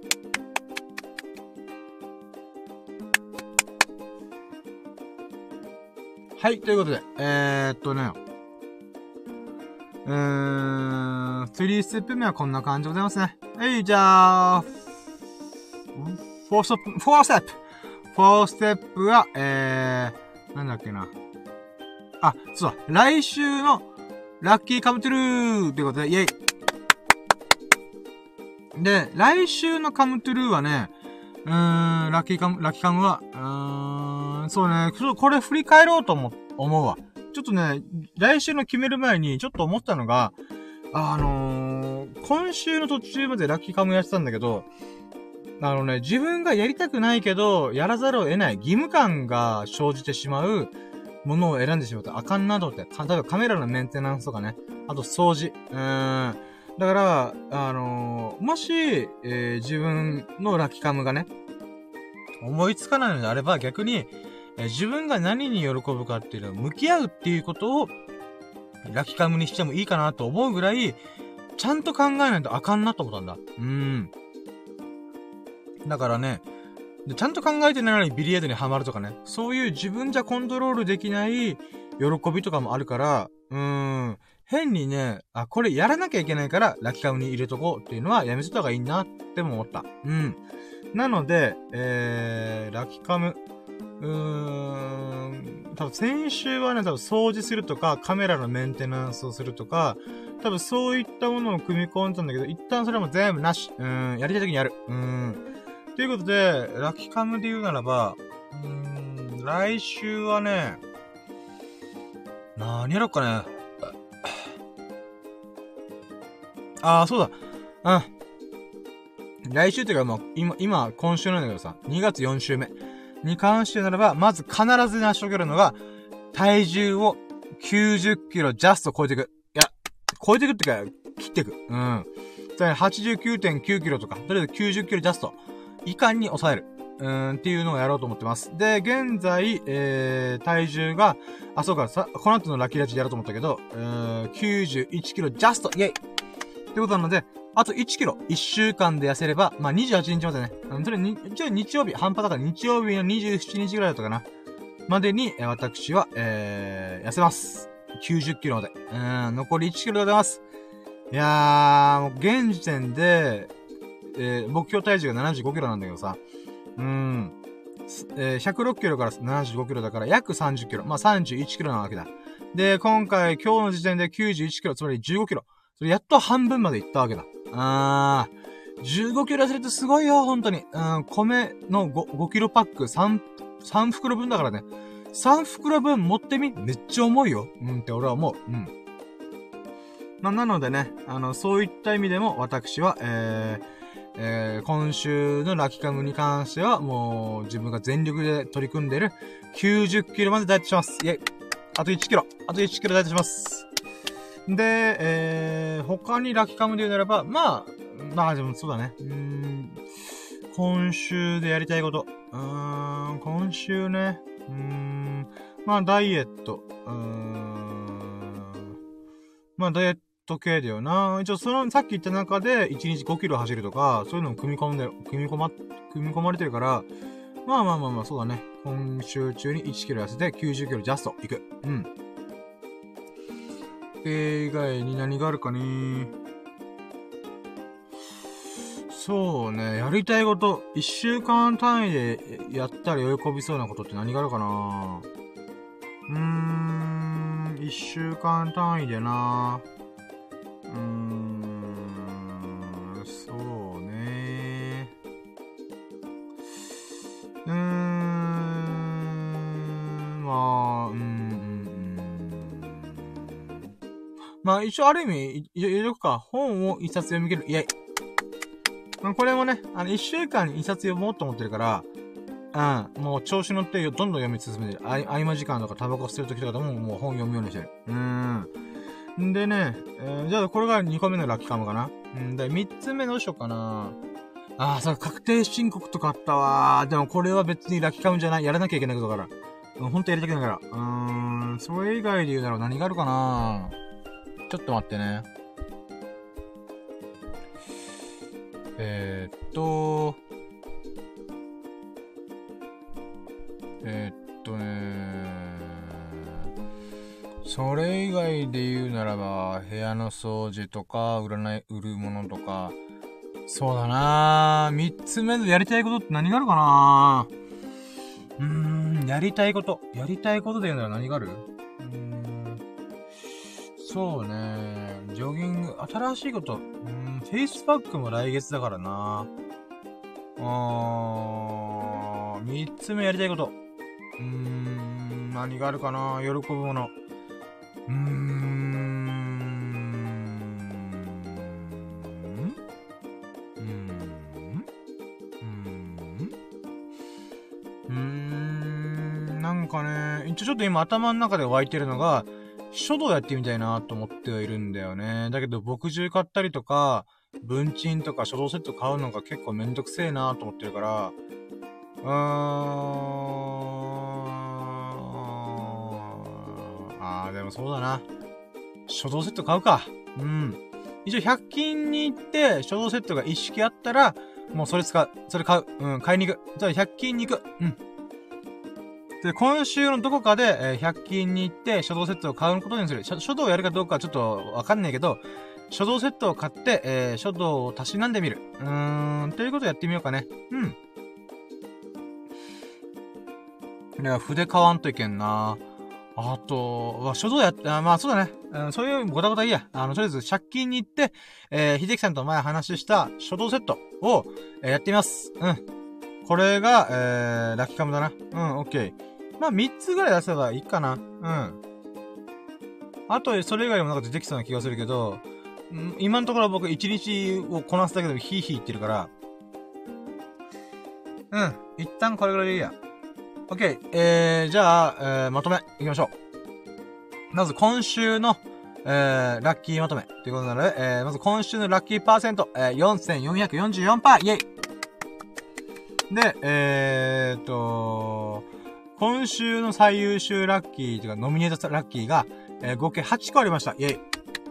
はい、ということで、3ステップ目はこんな感じでございますね。はい、じゃあ、4ステップは、なんだっけな。あ、そうだ、来週のラッキーカムトゥルーということで、イェイ。で、来週のカムトゥルーはね、ラッキーカムは、そうね、これ振り返ろうと思うわ。ちょっとね、来週の決める前にちょっと思ったのが、今週の途中までラッキーカムやってたんだけど、自分がやりたくないけど、やらざるを得ない義務感が生じてしまうものを選んでしまうとあかんなと思って。例えばカメラのメンテナンスとかね。あと掃除。だから、もし、自分のラッキーカムがね、思いつかないのであれば逆に、自分が何に喜ぶかっていうのを向き合うっていうことを、ラッキーカムにしてもいいかなと思うぐらい、ちゃんと考えないとあかんなと思ったんだ。だからね、ちゃんと考えてないのにビリヤードにはまるとかね、そういう自分じゃコントロールできない喜びとかもあるから、変にね、これやらなきゃいけないから、ラッキーカムに入れとこうっていうのはやめといた方がいいなっても思った。なので、ラッキーカム、多分先週はね、多分掃除するとか、カメラのメンテナンスをするとか、多分そういったものを組み込んだんだけど、一旦それも全部なし。やりたい時にやる。ということで、ラッキーカムで言うならば、来週はね、何やろっかね。そうだ。来週っていうかもう、今週なんだけどさ、2月4週目に関してならば、まず必ず成し遂げるのが、体重を90キロジャスト超えていく。いや、超えていくってか、切っていく。89.9 キロとか、とりあえず90キロジャスト以下に抑える。っていうのをやろうと思ってます。で、現在、体重が、そうか、この後のラッキーラジでやろうと思ったけど、91キロジャストイェイってことなので、あと1キロ、1週間で痩せれば、まあ、28日までね。それ一応日曜日、半端だから日曜日の27日ぐらいだったかな。までに、私は、痩せます。90キロまで。残り1キロでございます。いやー、もう現時点で、目標体重が75キロなんだけどさ。106キロから75キロだから約30キロ。まあ、31キロなわけだ。で、今日の時点で91キロ、つまり15キロ。それやっと半分までいったわけだ。15キロ痩せるってすごいよ、本当に。米の5キロパック3袋分だからね。3袋分持ってみめっちゃ重いよ。って俺は思う。なのでね、そういった意味でも私は、今週のラッキーカムに関しては、もう自分が全力で取り組んでる90キロまでダイエットします。イェイ。あと1キロダイエットします。で、他にラッキーカムで言うならば、まあでもそうだね。今週でやりたいこと。今週ね。まあダイエット。まあダイエット系だよな。一応さっき言った中で1日5キロ走るとか、そういうのも組み込まれてるから、まあ、そうだね。今週中に1キロ痩せて90キロジャストいく。以外に何があるかね。 そうね、やりたいこと、一週間単位でやったら喜びそうなことって何があるかな。一週間単位でな。そうね。まあ、まあ、一応ある意味、言うとくか、本を一冊読み切る。イェイ。これもね、一週間に一冊読もうと思ってるから、もう調子乗ってどんどん読み進めてる。合間時間とかタバコ吸ってる時とかでももう本読むようにしてる。んでね、じゃあこれが2個目のラッキーカムかな。で、3つ目どうしようかな。確定申告とかあったわ。でもこれは別にラッキーカムじゃない。やらなきゃいけないことだから。ほんとやりたくないから。それ以外で言うなら何があるかな。ちょっと待ってね。それ以外で言うならば、部屋の掃除とか、売るものとか、そうだなぁ。三つ目のやりたいことって何があるかなぁ。やりたいこと。やりたいことで言うなら何がある？そうね。ジョギング、新しいこと。フェイスパックも来月だからな。三つ目やりたいこと。何があるかな。喜ぶもの。なんかね、ちょっと今頭の中で湧いてるのが、書道やってみたいなと思ってはいるんだよね。だけど、墨汁買ったりとか、文鎮とか書道セット買うのが結構めんどくせえなと思ってるから、でもそうだな。書道セット買うか。一応100均に行って、書道セットが一式あったら、もうそれ買う。買いに行く。じゃあ100均に行く。で、今週のどこかで、100均に行って、書道セットを買うことにする。書道をやるかどうかはちょっとわかんないけど、書道セットを買って、書道をたしなんでみる。ということをやってみようかね。いや、筆買わんといけんな。あと、書道まあそうだね。そういうごたごたいいや。とりあえず、100均に行って、秀樹さんと前話した書道セットを、やってみます。これが、ラッキーカムだな。オッケー。まあ、3つぐらい出せばいいかな。あと、それ以外もなんか出てきそうな気がするけど、今のところ僕1日をこなすだけでもヒーヒー言ってるから、一旦これぐらいでいいや。オッケー。じゃあ、まとめ、いきましょう。まず今週の、ラッキーまとめ。ということなので、まず今週のラッキーパーセント、4444%、イェイ。で、今週の最優秀ラッキーというか、ノミネートラッキーが、合計8個ありました。イェイ。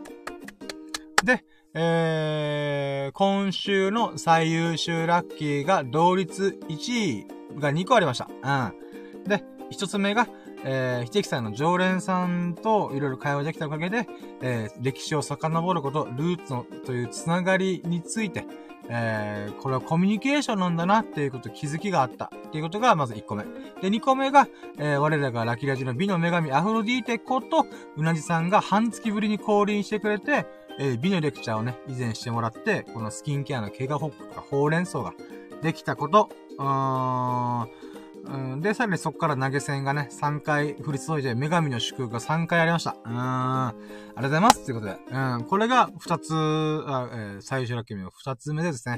で、今週の最優秀ラッキーが同率1位が2個ありました。で、一つ目が、秀樹さんの常連さんといろいろ会話できたおかげで、歴史を遡ること、ルーツのというつながりについて、これはコミュニケーションなんだなっていうこと気づきがあったっていうことがまず1個目。で、2個目が、我らがラキラジの美の女神アフロディーテこと、うなじさんが半月ぶりに降臨してくれて、美のレクチャーをね、以前してもらって、このスキンケアの怪我ホックとかほうれん草ができたこと、で、さらにそこから投げ銭がね、3回降り注いで、女神の祝福が3回ありました。ありがとうございます。ということで、これが2つ、最終ラッキーの2つ目でですね。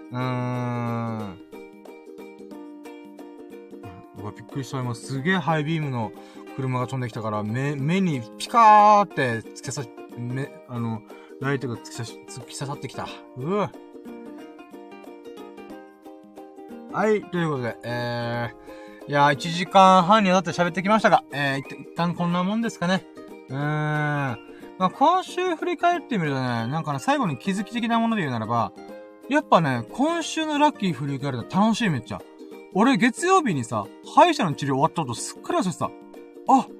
びっくりした。今すげえハイビームの車が飛んできたから、目にピカーってライトが突き刺さってきた。はい、ということで、いやー、1時間半にわたって喋ってきましたが、一旦こんなもんですかね。まあ、今週振り返ってみるとね、なんかね、最後に気づき的なもので言うならば、やっぱね、今週のラッキー振り返ると楽しいめっちゃ。俺、月曜日にさ、歯医者の治療終わった後すっかり忘れて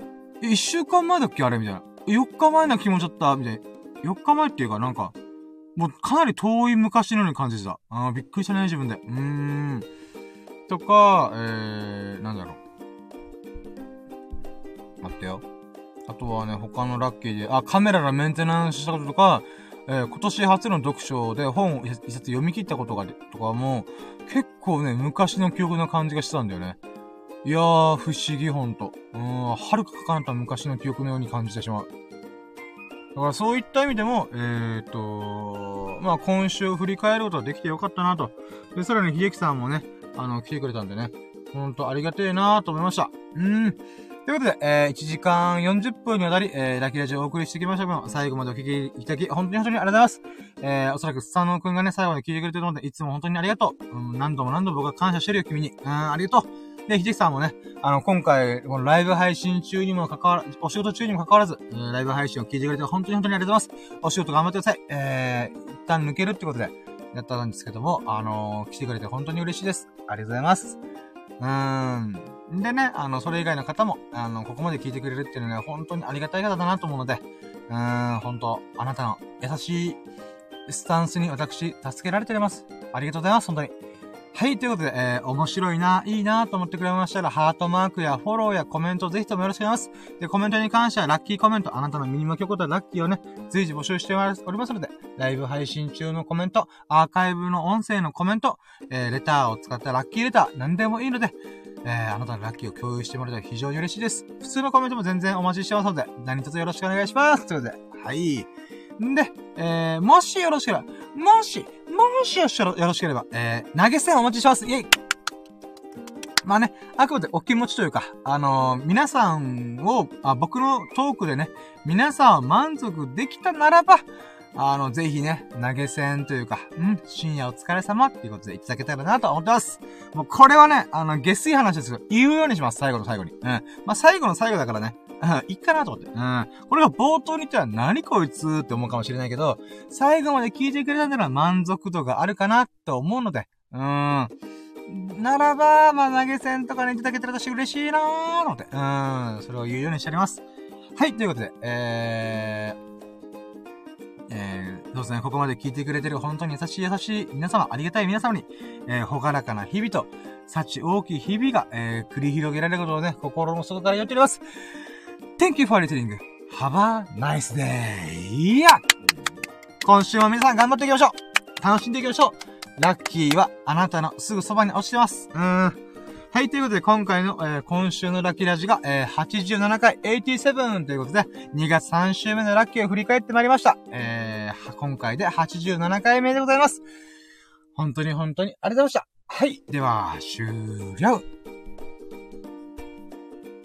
た。1週間前だっけあれみたいな。4日前な気持ちだったみたいな。4日前っていうかなんか、 もうかなり遠い昔のように感じてた。びっくりしたね、自分で。とか、なんだろう。待ってよ。あとはね、他のラッキーで、カメラのメンテナンスしたこととか、今年初の読書で本を一冊読み切ったことが、とかも、結構ね、昔の記憶の感じがしてたんだよね。いやー、不思議ほんと。遥か彼方昔の記憶のように感じてしまう。だからそういった意味でも、今週振り返ることができてよかったなと。で、さらに秀樹さんもね、来てくれたんでね、ほんとありがてえなーと思いました。ということで、1時間40分にわたり、ラッキーラジオをお送りしてきましたが、最後までお聞きいただき、本当にありがとうございます。おそらくスタノーくんがね、最後まで聞いてくれてるので、いつも本当にありがとう。何度も僕は感謝してるよ、君に。ありがとう。で、秀樹さんもね、今回、このライブ配信中にもお仕事中にも関わらず、ライブ配信を聞いてくれて本当にありがとうございます。お仕事頑張ってください。一旦抜けるってことで、やったんですけども、来てくれて本当に嬉しいです。ありがとうございます。でね、それ以外の方も、ここまで聞いてくれるっていうのは本当にありがたい方だなと思うので、本当あなたの優しいスタンスに私、助けられております。ありがとうございます、本当に。はい、ということで、面白いな、いいなと思ってくれましたら、ハートマークやフォローやコメントぜひともよろしくお願いします。で、コメントに関してはラッキーコメント、あなたのミニマ曲とラッキーをね、随時募集しておりますので、ライブ配信中のコメント、アーカイブの音声のコメント、レターを使ったラッキーレター、何でもいいので、あなたのラッキーを共有してもらえたら非常に嬉しいです。普通のコメントも全然お待ちしてますので、何卒よろしくお願いします。ということで、はい。で、もしよろしければ、もしよろしければ、投げ銭お待ちしてます。イェイ。まあね、あくまでお気持ちというか、皆さんを、僕のトークでね、皆さんを満足できたならば、ぜひね、投げ銭というか、深夜お疲れ様っていうことでいただけたらなと思ってます。もうこれはね、下水話ですけど、言うようにします、最後の最後に。最後の最後だからね。いっかなと思って。これが冒頭に言ったら何こいつって思うかもしれないけど、最後まで聞いてくれたなら満足度があるかなと思うので、ならば、投げ銭とかね、いただけたら私嬉しいなーと思って、それを言うようにしております。はい、ということで、そうですね、ここまで聞いてくれてる本当に優しい皆様、ありがたい皆様に、ほがらかな日々と、幸大きい日々が、繰り広げられることをね、心の底から言っております。Thank you for listening. Have a nice day. いや今週も皆さん頑張っていきましょう。楽しんでいきましょう。ラッキーはあなたのすぐそばに落ちてます。はい、ということで今回の、今週のラッキーラジが、87回87ということで、2月3週目のラッキーを振り返ってまいりました。今回で87回目でございます。本当にありがとうございました。はい、では、終了。